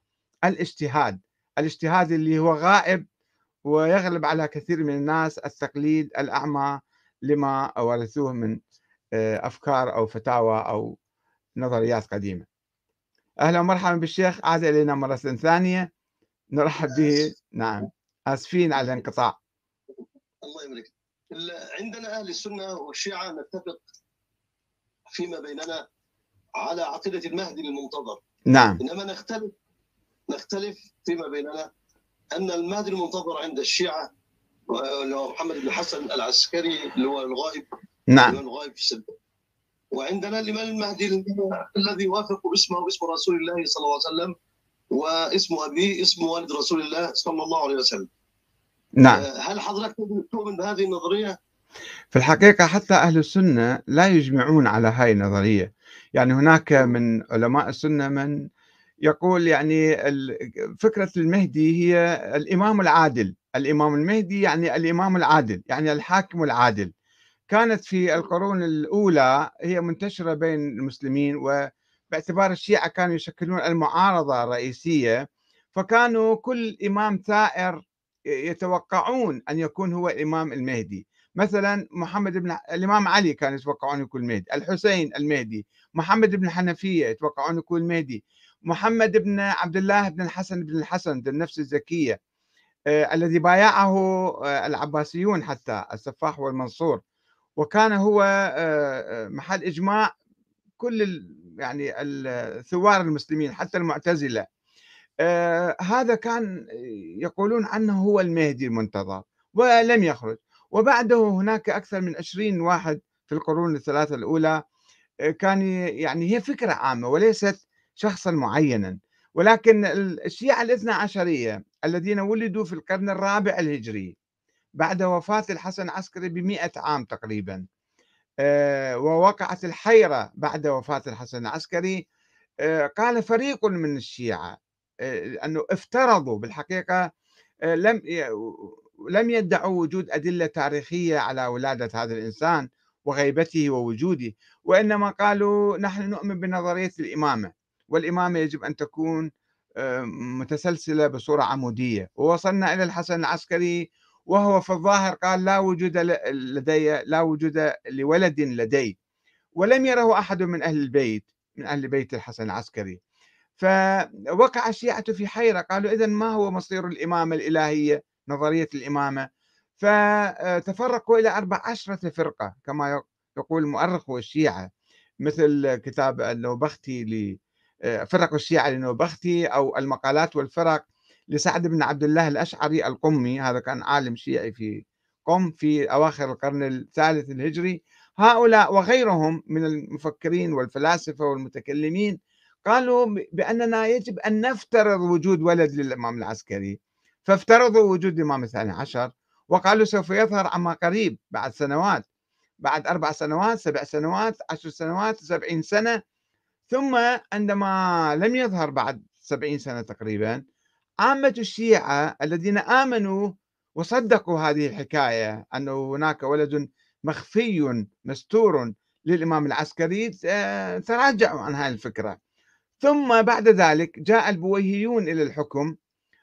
الاجتهاد اللي هو غائب ويغلب على كثير من الناس التقليد الأعمى لما ورثوه من أفكار أو فتاوى أو نظريات قديمة. أهلا ومرحبا بالشيخ، عاد إلينا مرة ثانية، نرحب به. نعم، آسفين على الانقطاع. الله يبارك. عندنا أهل السنة والشيعة نتفق فيما بيننا على عقيدة المهدي المنتظر. نعم. إنما نختلف فيما بيننا أن المهدي المنتظر عند الشيعة اللي هو محمد بن حسن العسكري اللي هو الغائب. نعم. الإمام الغائب في السبت. وعندنا الإمام المهدي الذي وافق اسمه اسم رسول الله صلى الله عليه وسلم، واسم أبيه اسم والد رسول الله صلى الله عليه وسلم. نعم. هل حضرتك تؤمن بهذه النظرية؟ في الحقيقة حتى أهل السنة لا يجمعون على هاي النظرية. يعني هناك من علماء السنة من يقول يعني فكرة المهدي هي الإمام العادل. الإمام المهدي يعني الإمام العادل، يعني الحاكم العادل. كانت في القرون الأولى هي منتشرة بين المسلمين، وباعتبار الشيعة كانوا يشكلون المعارضة الرئيسية، فكانوا كل إمام ثائر يتوقعون أن يكون هو الإمام المهدي. مثلا الإمام علي كانوا يتوقعون يكون المهدي، الحسين المهدي، محمد بن الحنفية يتوقعون يكون المهدي، محمد بن عبد الله بن الحسن بن الحسن ذو النفس الزكية الذي بايعه العباسيون حتى السفاح والمنصور، وكان هو محل إجماع كل يعني الثوار المسلمين حتى المعتزلة. هذا كان يقولون عنه هو المهدي المنتظر ولم يخرج. وبعده هناك أكثر من 20 واحد في القرون الثلاثة الأولى كان يعني هي فكرة عامة وليست شخصا معينا. ولكن الشيعة الاثنى عشرية الذين ولدوا في القرن الرابع الهجري بعد وفاة الحسن العسكري ب100 عام تقريبا، ووقعت الحيرة بعد وفاة الحسن العسكري، قال فريق من الشيعة أنه افترضوا بالحقيقة لم يدعوا وجود أدلة تاريخية على ولادة هذا الإنسان وغيبته ووجوده، وإنما قالوا نحن نؤمن بنظرية الإمامة، والإمامة يجب أن تكون متسلسلة بصورة عمودية. ووصلنا إلى الحسن العسكري وهو في الظاهر قال لا وجود لولد لدي، ولم يره أحد من أهل بيت الحسن العسكري. فوقع الشيعة في حيرة، قالوا إذن ما هو مصير الإمامة الإلهية، نظرية الإمامة؟ فتفرقوا إلى 14 فرقة كما يقول مؤرخو الشيعة، مثل كتاب النوبختي فرق الشيعة لنوبختي، أو المقالات والفرق لسعد بن عبد الله الأشعري القمي، هذا كان عالم شيعي في قم في أواخر القرن الثالث الهجري. هؤلاء وغيرهم من المفكرين والفلاسفة والمتكلمين قالوا بأننا يجب أن نفترض وجود ولد للإمام العسكري، فافترضوا وجود الإمام الثاني عشر، وقالوا سوف يظهر عما قريب بعد سنوات، بعد 4 سنوات 7 سنوات 10 سنوات 70 سنة. ثم عندما لم يظهر بعد 70 سنة تقريبا، عامة الشيعة الذين آمنوا وصدقوا هذه الحكاية أنه هناك ولد مخفي مستور للإمام العسكري تراجعوا عن هذه الفكرة. ثم بعد ذلك جاء البويهيون إلى الحكم،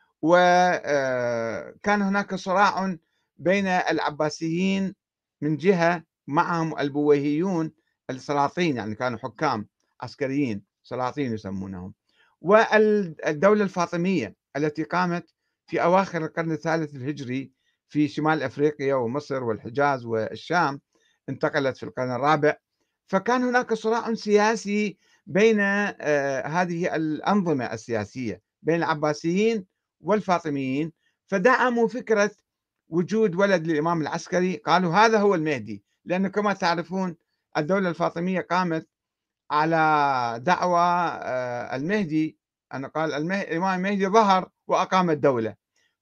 وكان هناك صراع بين العباسيين من جهة، معهم البويهيون السلاطين، يعني كانوا حكام عسكريين سلاطين يسمونهم، والدولة الفاطمية التي قامت في أواخر القرن الثالث الهجري في شمال أفريقيا ومصر والحجاز والشام، انتقلت في القرن الرابع. فكان هناك صراع سياسي بين هذه الأنظمة السياسية، بين العباسيين والفاطميين، فدعموا فكرة وجود ولد للإمام العسكري. قالوا هذا هو المهدي، لأنه كما تعرفون الدولة الفاطمية قامت على دعوى المهدي، أن قال الإمام المهدي ظهر وأقام الدولة.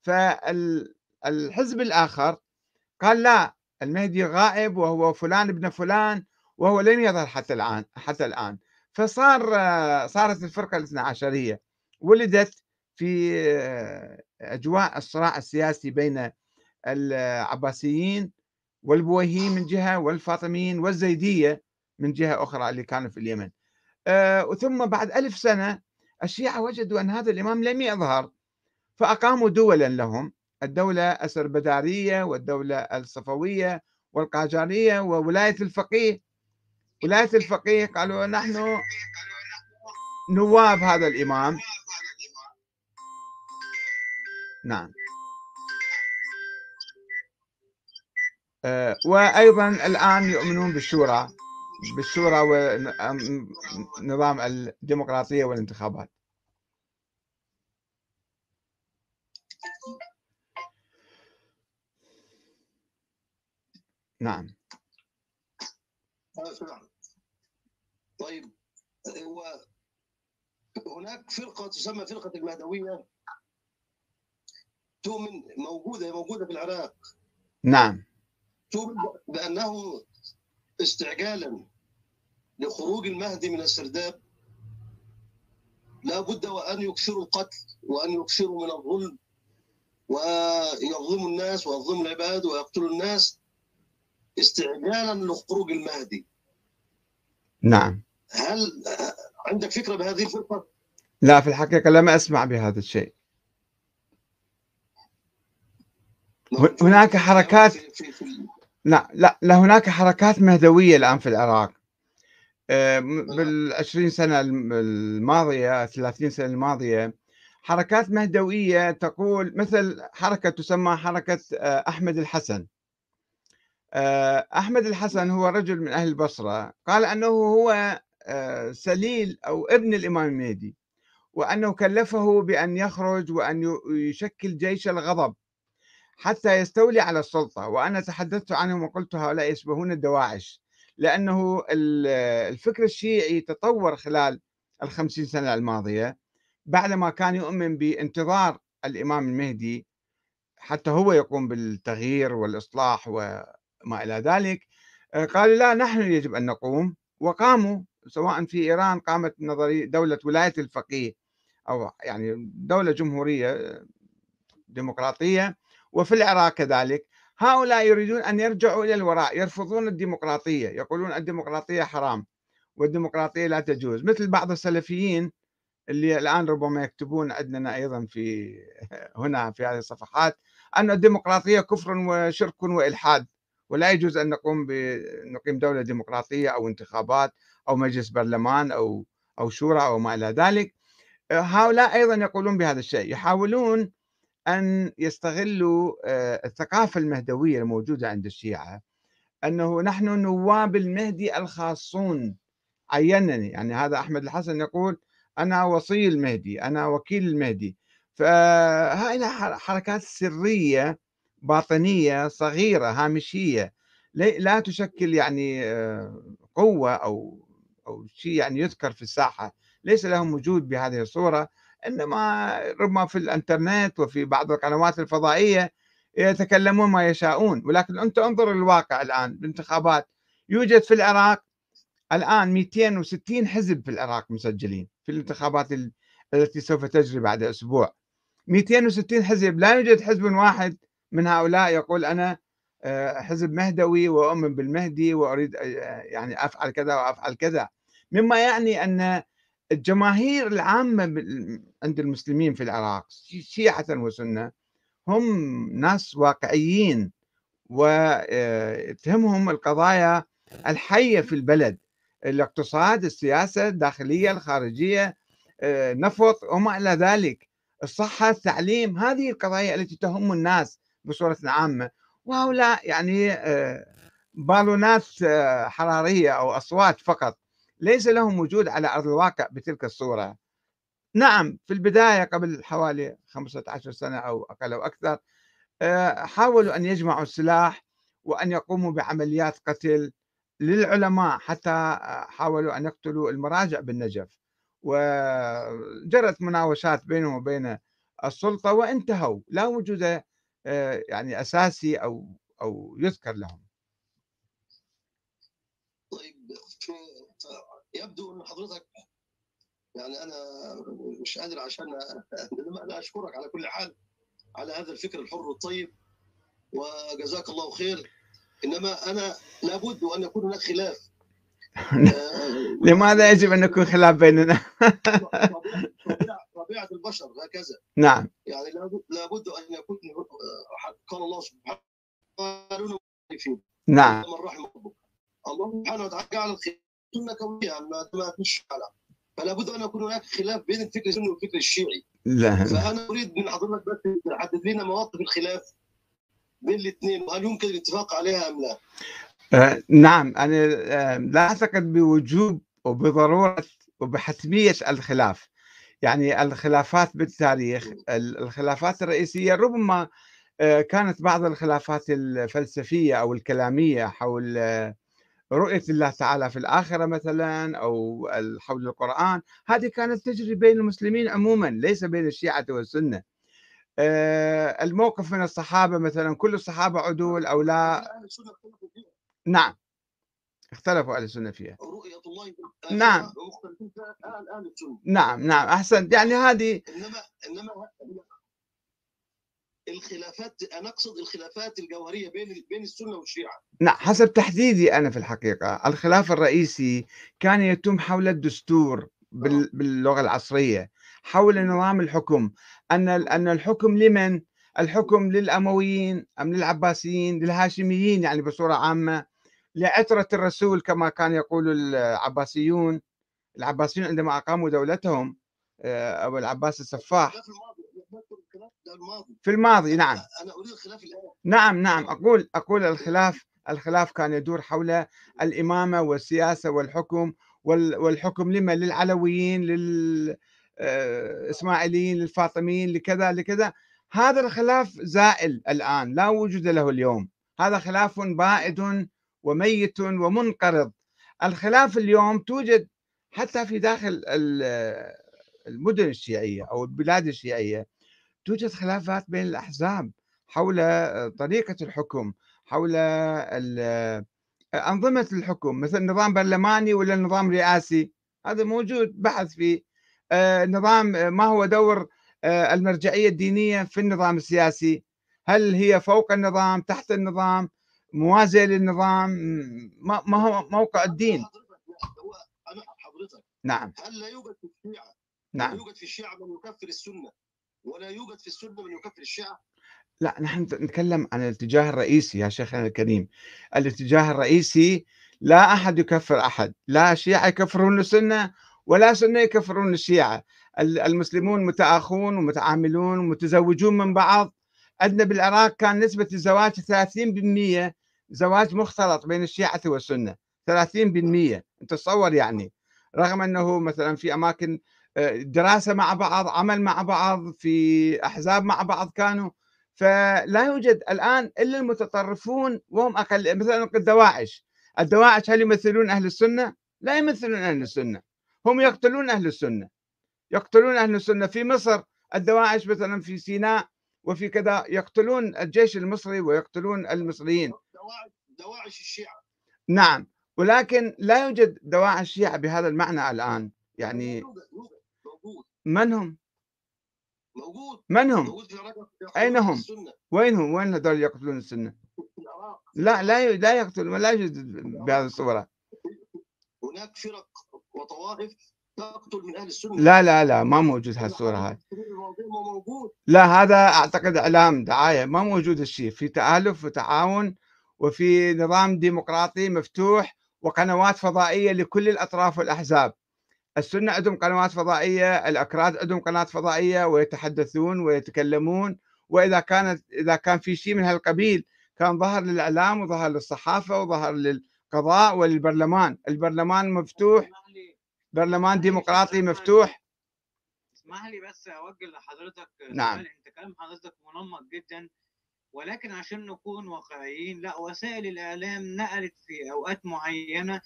فالحزب الآخر قال لا، المهدي غائب وهو فلان ابن فلان وهو لم يظهر حتى الآن. صارت الفرقة الاثنى عشرية، ولدت في أجواء الصراع السياسي بين العباسيين والبويهيين من جهة، والفاطميين والزيدية من جهة أخرى اللي كانوا في اليمن. ثم بعد 1000 سنة الشيعة وجدوا أن هذا الإمام لم يظهر، فأقاموا دولا لهم، الدولة السربدارية والدولة الصفوية والقاجارية وولاية الفقيه. ولاية الفقيه قالوا نحن نواب هذا الإمام. نعم. وأيضا الآن يؤمنون بالشورى ونظام الديمقراطية والانتخابات. نعم. طيب، هو هناك فرقة تسمى فرقة المهدوية، تؤمن موجودة في العراق. نعم. تؤمن بأنه استعجالا لخروج المهدي من السرداب لا بد وأن يكثروا القتل وأن يكثروا من الظلم ويظلموا الناس ويظلموا العباد ويقتلوا الناس استعجالا لخروج المهدي. نعم. هل عندك فكرة بهذه الفرقة؟ لا، في الحقيقة لم أسمع بهذا الشيء. هناك حركات لا هناك حركات مهدوية الآن في العراق. بال20 سنة الماضية 30 سنة الماضية حركات مهدوية تقول، مثل حركة تسمى حركة أحمد الحسن. أحمد الحسن هو رجل من أهل البصرة، قال أنه هو سليل أو ابن الإمام المهدي، وأنه كلفه بأن يخرج وأن يشكل جيش الغضب حتى يستولي على السلطة. وأنا تحدثت عنهم وقلت هؤلاء يشبهون الدواعش، لأنه الفكر الشيعي تطور خلال 50 سنة الماضية، بعدما كان يؤمن بانتظار الإمام المهدي حتى هو يقوم بالتغيير والإصلاح وما إلى ذلك. قالوا لا، نحن يجب أن نقوم، وقاموا. سواء في إيران قامت نظرية دولة ولاية الفقيه، أو يعني دولة جمهورية ديمقراطية، وفي العراق كذلك. هؤلاء يريدون أن يرجعوا إلى الوراء، يرفضون الديمقراطية، يقولون الديمقراطية حرام والديمقراطية لا تجوز، مثل بعض السلفيين اللي الآن ربما يكتبون عندنا أيضا في هنا في هذه الصفحات أن الديمقراطية كفر وشرك وإلحاد، ولا يجوز أن نقيم دولة ديمقراطية أو انتخابات أو مجلس برلمان أو شورى أو ما إلى ذلك. هؤلاء أيضا يقولون بهذا الشيء، يحاولون أن يستغلوا الثقافة المهدوية الموجودة عند الشيعة، أنه نحن نواب المهدي الخاصون، عينني. يعني هذا أحمد الحسن يقول أنا وصي المهدي، أنا وكيل المهدي. فهذه حركات سرية باطنية صغيرة هامشية، لا تشكل يعني قوة أو شيء يعني يذكر في الساحة، ليس لهم وجود بهذه الصورة. إنما ربما في الإنترنت وفي بعض القنوات الفضائية يتكلمون ما يشاءون. ولكن أنت انظر الواقع الآن بالانتخابات، يوجد في العراق الآن 260 حزب في العراق مسجلين في الانتخابات التي سوف تجري بعد أسبوع. 260 حزب، لا يوجد حزب واحد من هؤلاء يقول أنا حزب مهدوي وأؤمن بالمهدي وأريد يعني أفعل كذا وأفعل كذا، مما يعني أن الجماهير العامة عند المسلمين في العراق شيعة وسنة هم ناس واقعيين وتهمهم القضايا الحية في البلد، الاقتصاد، السياسة الداخلية الخارجية، نفط وما إلى ذلك، الصحة، التعليم، هذه القضايا التي تهم الناس بصورة عامة. وهؤلاء يعني بالونات حرارية أو أصوات فقط، ليس لهم وجود على أرض الواقع بتلك الصورة. نعم في البداية قبل حوالي 15 سنة أو أقل أو أكثر حاولوا أن يجمعوا السلاح وأن يقوموا بعمليات قتل للعلماء، حتى حاولوا أن يقتلوا المراجع بالنجف، وجرت مناوشات بينهم وبين السلطة وانتهوا، لا وجود يعني أساسي أو يذكر لهم. طيب يبدو أن حضرتك يعني أنا مش قادر عشان أنا أشكرك على كل حال على هذا الفكر الحر الطيب وجزاك الله خير، إنما أنا لابد أن يكون هناك خلاف. لماذا يجب أن يكون خلاف بيننا؟ طبيعة البشر هكذا. نعم يعني لابد أن يكون قال الله سبحانه وتعالى نعم من رحم ربك، الله سبحانه وتعالى جعل الخلاف سنة كونية ما فيش على، فلا بد ان يكون هناك خلاف بين الفكر السني والفكر الشيعي. لا. فانا اريد من حضرتك بس تحدد لنا مواقف الخلاف بين الاثنين، وهل يمكن الاتفاق عليها ام لا؟ نعم أنا لا أعتقد بوجوب وبضرورة وبحتمية الخلاف، يعني الخلافات بالتاريخ الخلافات الرئيسية ربما كانت بعض الخلافات الفلسفية أو الكلامية حول رؤية الله تعالى في الآخرة مثلا أو حول القرآن، هذه كانت تجري بين المسلمين عموما ليس بين الشيعة والسنة. الموقف من الصحابة مثلا، كل الصحابة عدول أو لا؟ نعم اختلفوا أهل السنة فيها. رؤية الله نعم ومختلفين فيها أهل السنة. نعم أحسنت، يعني هذه إنما الخلافات، أنا أقصد الخلافات الجوهرية بين السنة والشيعة. نعم حسب تحديدي أنا في الحقيقة الخلاف الرئيسي كان يتم حول الدستور باللغة العصرية، حول نظام الحكم، أن الحكم لمن؟ الحكم للأمويين أم للعباسيين للهاشميين، يعني بصورة عامة لعترة الرسول كما كان يقول العباسيون عندما أقاموا دولتهم، أبو العباس السفاح في الماضي. نعم أنا أريد الخلاف الآن. نعم أقول الخلاف كان يدور حول الإمامة والسياسة والحكم، والحكم لمن؟ للعلويين، للإسماعيليين، للفاطميين، لكذا. هذا الخلاف زائل الآن، لا وجود له اليوم، هذا خلاف بائد وميت ومنقرض. الخلاف اليوم توجد حتى في داخل المدن الشيعية أو البلاد الشيعية، توجد خلافات بين الأحزاب حول طريقة الحكم، حول أنظمة الحكم، مثل نظام برلماني ولا نظام رئاسي، هذا موجود بحث فيه. نظام ما هو دور المرجعية الدينية في النظام السياسي؟ هل هي فوق النظام، تحت النظام، موازية للنظام؟ ما هو موقع الدين؟ أنا حضرتك نعم هل لا يوجد في الشيعة نعم يوجد في الشيعة من يكفر السنة ولا يوجد في السنة من يكفر الشيعة؟ لا نحن نتكلم عن الاتجاه الرئيسي يا شيخنا الكريم، الاتجاه الرئيسي لا أحد يكفر أحد، لا شيعة يكفرون السنة ولا سنة يكفرون الشيعة، المسلمون متآخون ومتعاملون ومتزوجون من بعض. عندنا بالعراق كان نسبة الزواج 30% زواج مختلط بين الشيعة والسنة، 30%. انت تصور يعني، رغم أنه مثلا في أماكن دراسة مع بعض، عمل مع بعض، في أحزاب مع بعض كانوا، فلا يوجد الآن إلا المتطرفون وهم أقل. مثلا الدواعش هل يمثلون أهل السنة؟ لا يمثلون أهل السنة، هم يقتلون أهل السنة، في مصر. الدواعش مثلا في سيناء وفي كذا يقتلون الجيش المصري ويقتلون المصريين، دواعش الشيعة. نعم، ولكن لا يوجد دواعش شيعة بهذا المعنى الآن، يعني موجود. من هم؟ موجود. من هم؟ موجود في العراق. أين هم؟ السنة. وين وين هذول يقتلون السنة؟ في العراق. لا يقتل، لا يوجد بهذه الصورة. هناك فرق وطوائف تقتل من اهل السنه. لا ما موجود هالصورة هاي. موجود. لا هذا اعتقد اعلام دعاية، ما موجود الشيء. في تآلف وتعاون وفي نظام ديمقراطي مفتوح وقنوات فضائية لكل الأطراف والأحزاب. السنة عندهم قنوات فضائية، الأكراد عندهم قناة فضائية ويتحدثون ويتكلمون. وإذا كان في شيء من هالقبيل كان ظهر للإعلام وظهر للصحافة وظهر للقضاء وللبرلمان. البرلمان مفتوح، برلمان ديمقراطي مفتوح. اسمح لي بس اوجه لحضرتك نعم. سؤال. انت كلام حضرتك منمق جدا، ولكن عشان نكون واقعيين، لا، وسائل الاعلام نقلت في اوقات معينه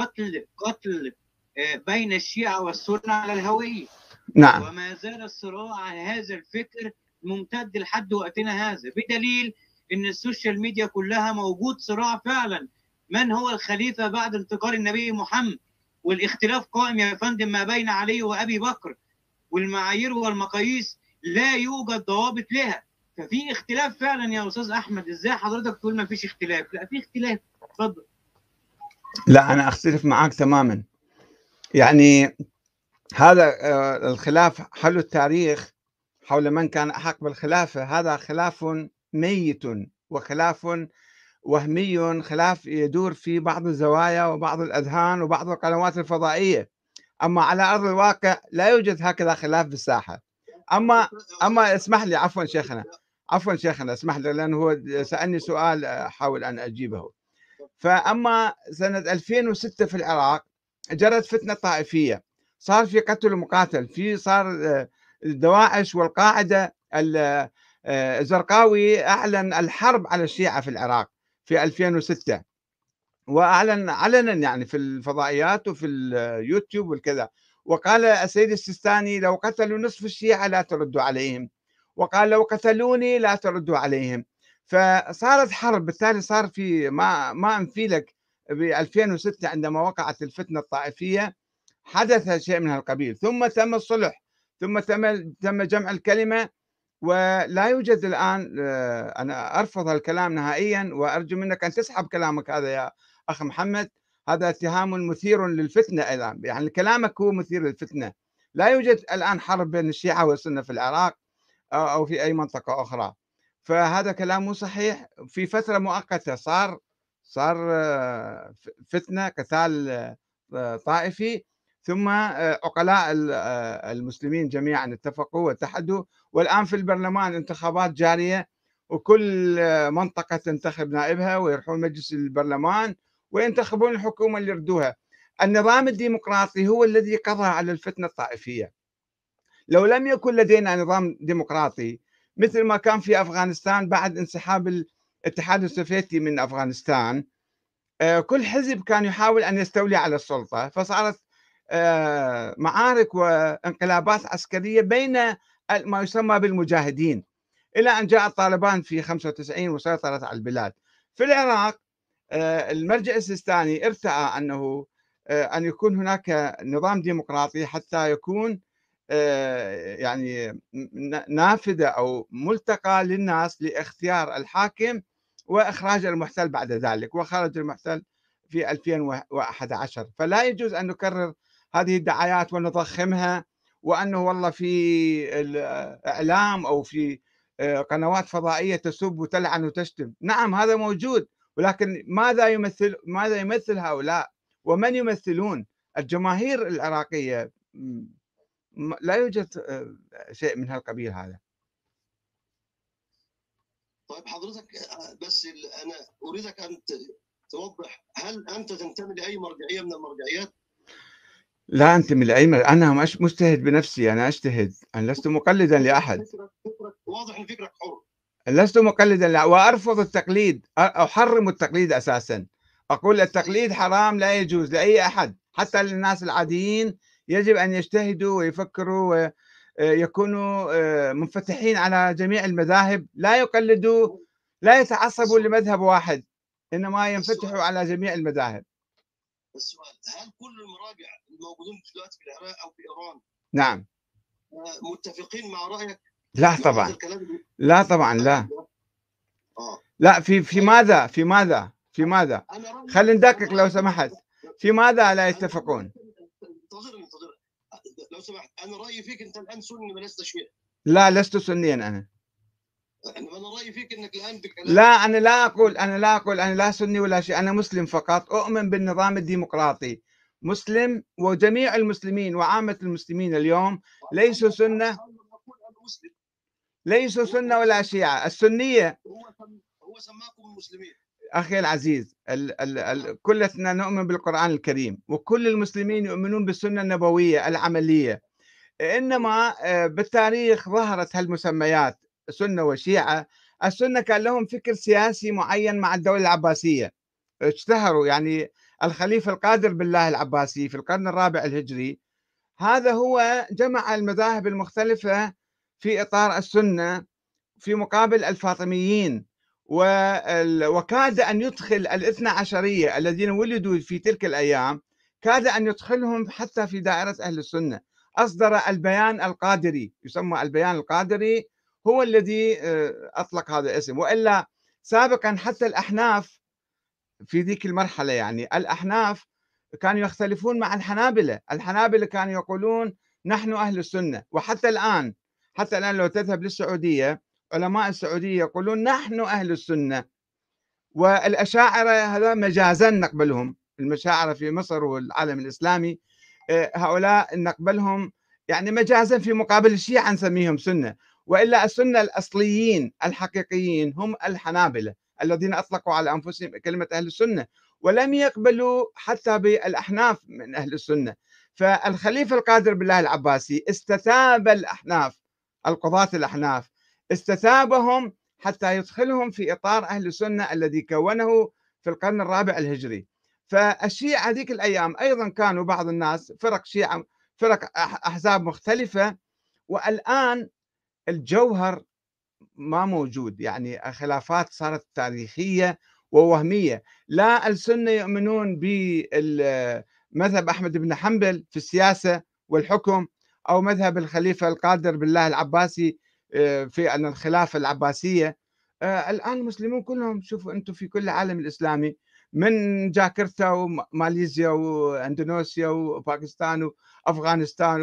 قتل بين الشيعة والسنة على الهوية. نعم. وما زال الصراع على هذا الفكر ممتد لحد وقتنا هذا، بدليل ان السوشيال ميديا كلها موجود صراع فعلا. من هو الخليفة بعد انتقال النبي محمد؟ والاختلاف قائم يا فندم ما بين علي وابي بكر، والمعايير والمقاييس لا يوجد ضوابط لها. ففي اختلاف فعلا يا استاذ احمد. ازاي حضرتك تقول ما فيش اختلاف؟ لا، في اختلاف. اتفضل. لا انا اختلف معك تماما. يعني هذا الخلاف حول التاريخ حول من كان احق بالخلافه، هذا خلاف ميت وخلاف وهمي، خلاف يدور في بعض الزوايا وبعض الاذهان وبعض القنوات الفضائيه. اما على ارض الواقع لا يوجد هكذا خلاف بالساحه. اما اسمح لي، عفوا شيخنا اسمح لي، لانه هو سالني سؤال احاول ان اجيبه. فاما سنه 2006 في العراق جرت فتنه طائفيه، صار في قتل ومقاتل، صار دواعش والقاعده. الزرقاوي اعلن الحرب على الشيعه في العراق في 2006، واعلن علنا يعني في الفضائيات وفي اليوتيوب والكذا. وقال السيد السيستاني لو قتلوا نصف الشيعة لا تردوا عليهم، وقال لو قتلوني لا تردوا عليهم. فصارت حرب. بالتالي صار في ما انفي لك ب 2006 عندما وقعت الفتنة الطائفية حدث شيء من هالقبيل، ثم تم الصلح، ثم تم جمع الكلمة. ولا يوجد الآن، أنا أرفض الكلام نهائيا، وأرجو منك أن تسحب كلامك هذا يا أخ محمد. هذا اتهام مثير للفتنة أيضا، يعني كلامك هو مثير للفتنة. لا يوجد الآن حرب بين الشيعة والسنة في العراق أو في أي منطقة أخرى. فهذا كلام مو صحيح. في فترة مؤقتة صار فتنة، قتال طائفي، ثم عقلاء المسلمين جميعا اتفقوا واتحدوا، والآن في البرلمان انتخابات جارية، وكل منطقة تنتخب نائبها ويروحون مجلس البرلمان وينتخبون الحكومة اللي يردوها. النظام الديمقراطي هو الذي قضى على الفتنة الطائفية. لو لم يكن لدينا نظام ديمقراطي مثل ما كان في أفغانستان بعد انسحاب الاتحاد السوفيتي من أفغانستان، كل حزب كان يحاول أن يستولي على السلطة، فصارت معارك وانقلابات عسكرية بين ما يسمى بالمجاهدين، إلى أن جاء طالبان في 95 وسيطرت على البلاد. في العراق المرجع السيستاني ارتأى أنه أن يكون هناك نظام ديمقراطي حتى يكون يعني نافذة أو ملتقى للناس لاختيار الحاكم وإخراج المحتل بعد ذلك، وخرج المحتل في 2011. فلا يجوز أن نكرر هذه الدعايات ونضخمها، وأنه والله في الإعلام أو في قنوات فضائية تسب وتلعن وتشتم. نعم هذا موجود، ولكن ماذا يمثل هؤلاء؟ ومن يمثلون؟ الجماهير العراقية. لا يوجد شيء من هالقبيل هذا. طيب حضرتك، بس انا اريدك ان توضح، هل انت تنتمي لاي مرجعيه من المرجعيات؟ لا انتمي لاي انا مش مجتهد بنفسي، انا اجتهد، انا لست مقلدا لاحد. واضح ان فكرك حر. لست مقلدا وارفض التقليد، احرم التقليد اساسا. اقول التقليد حرام، لا يجوز لاي احد، حتى للناس العاديين يجب ان يجتهدوا ويفكروا ويكونوا منفتحين على جميع المذاهب، لا يقلدوا، لا يتعصبوا لمذهب واحد، انما ينفتحوا على جميع المذاهب. السؤال، هل كل المراجع الموجودين دلوقتي في العراق او في ايران نعم متفقين مع رايك لا طبعا، لا طبعا، لا لا. في ماذا خلينا ندقق لو سمحت، في ماذا لا يتفقون؟ انتظرني لو سمحت. انا رايي فيك انت الان سني ولست شيعي. لا، لست سنيا انا رايي فيك انك الان لا، انا لا اقول انا لا سني ولا شيء، انا مسلم فقط، اؤمن بالنظام الديمقراطي، مسلم، وجميع المسلمين وعامة المسلمين اليوم ليسوا سنة، ليسوا سنة ولا شيعة. السنية هو سماكم مسلمين أخي العزيز، كلنا نؤمن بالقرآن الكريم، وكل المسلمين يؤمنون بالسنة النبوية العملية، إنما بالتاريخ ظهرت هالمسميات سنة وشيعة. السنة كان لهم فكر سياسي معين مع الدولة العباسية، اشتهروا يعني. الخليفة القادر بالله العباسي في القرن الرابع الهجري، هذا هو جمع المذاهب المختلفة في إطار السنة في مقابل الفاطميين، وكاد أن يدخل الاثنى عشرية الذين ولدوا في تلك الأيام، كاد أن يدخلهم حتى في دائرة أهل السنة. أصدر البيان القادري، يسمى البيان القادري، هو الذي أطلق هذا الاسم، وإلا سابقا حتى الأحناف في ذيك المرحلة، يعني الأحناف كانوا يختلفون مع الحنابلة كانوا يقولون نحن أهل السنة، وحتى الآن لو تذهب للسعودية، علماء السعودية يقولون نحن أهل السنة. والأشاعرة هذا مجازا نقبلهم، المشاعرة في مصر والعالم الإسلامي هؤلاء نقبلهم يعني مجازا في مقابل الشيعة نسميهم سنة، وإلا السنة الأصليين الحقيقيين هم الحنابلة الذين أطلقوا على أنفسهم كلمة أهل السنة، ولم يقبلوا حتى بالأحناف من أهل السنة. فالخليفة القادر بالله العباسي استتاب الأحناف، القضاة الأحناف استتابهم حتى يدخلهم في إطار أهل السنة الذي كونه في القرن الرابع الهجري. فالشيعة هذيك الأيام أيضا كانوا بعض الناس فرق شيعة، فرق أحزاب مختلفة، والآن الجوهر ما موجود، يعني الخلافات صارت تاريخية ووهمية. لا السنة يؤمنون بمذهب أحمد بن حنبل في السياسة والحكم، أو مذهب الخليفة القادر بالله العباسي في أن الخلافة العباسية. الآن المسلمون كلهم، شوفوا أنتم في كل العالم الإسلامي، من جاكرتا وماليزيا واندونيسيا وباكستان وافغانستان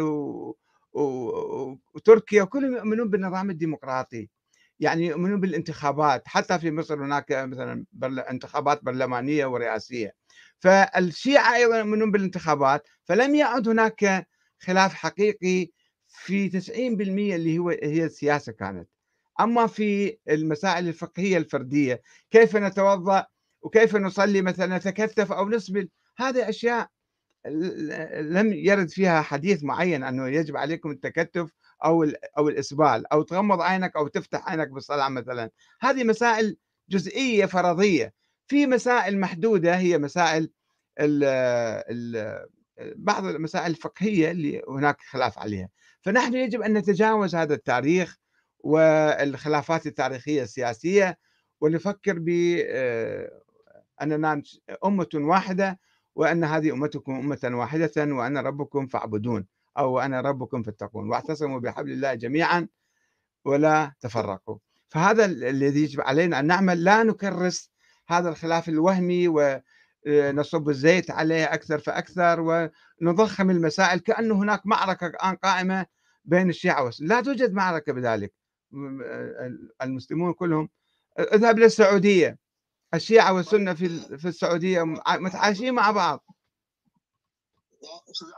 وتركيا، كلهم يؤمنون بالنظام الديمقراطي، يعني يؤمنون بالانتخابات. حتى في مصر هناك مثلا انتخابات برلمانيه ورئاسيه. فالشيعه ايضا يؤمنون بالانتخابات، فلم يعد هناك خلاف حقيقي في 90% اللي هي السياسه كانت. اما في المسائل الفقهيه الفرديه، كيف نتوضا وكيف نصلي مثلا، نتكتف او نسبل، هذه اشياء لم يرد فيها حديث معين انه يجب عليكم التكتف او الاسبال او تغمض عينك او تفتح عينك بالصلاه مثلا. هذه مسائل جزئيه فرضيه. في مسائل محدوده هي مسائل ال ال بعض المسائل الفقهيه اللي هناك خلاف عليها. فنحن يجب ان نتجاوز هذا التاريخ والخلافات التاريخيه السياسيه، ونفكر ب أننا أمة واحدة، وأن هذه أمتكم أمة واحدة، وأنا ربكم فاعبدون، أو أنا ربكم فاتقون، واعتصموا بحبل الله جميعا ولا تفرقوا. فهذا الذي يجب علينا أن نعمل، لا نكرس هذا الخلاف الوهمي ونصب الزيت عليه أكثر فأكثر، ونضخم المسائل كأنه هناك معركة الآن قائمة بين الشيعة والسنة. لا توجد معركة بذلك. المسلمون كلهم، اذهب للسعودية، الشيعة والسنة في السعودية متعايشين مع بعض.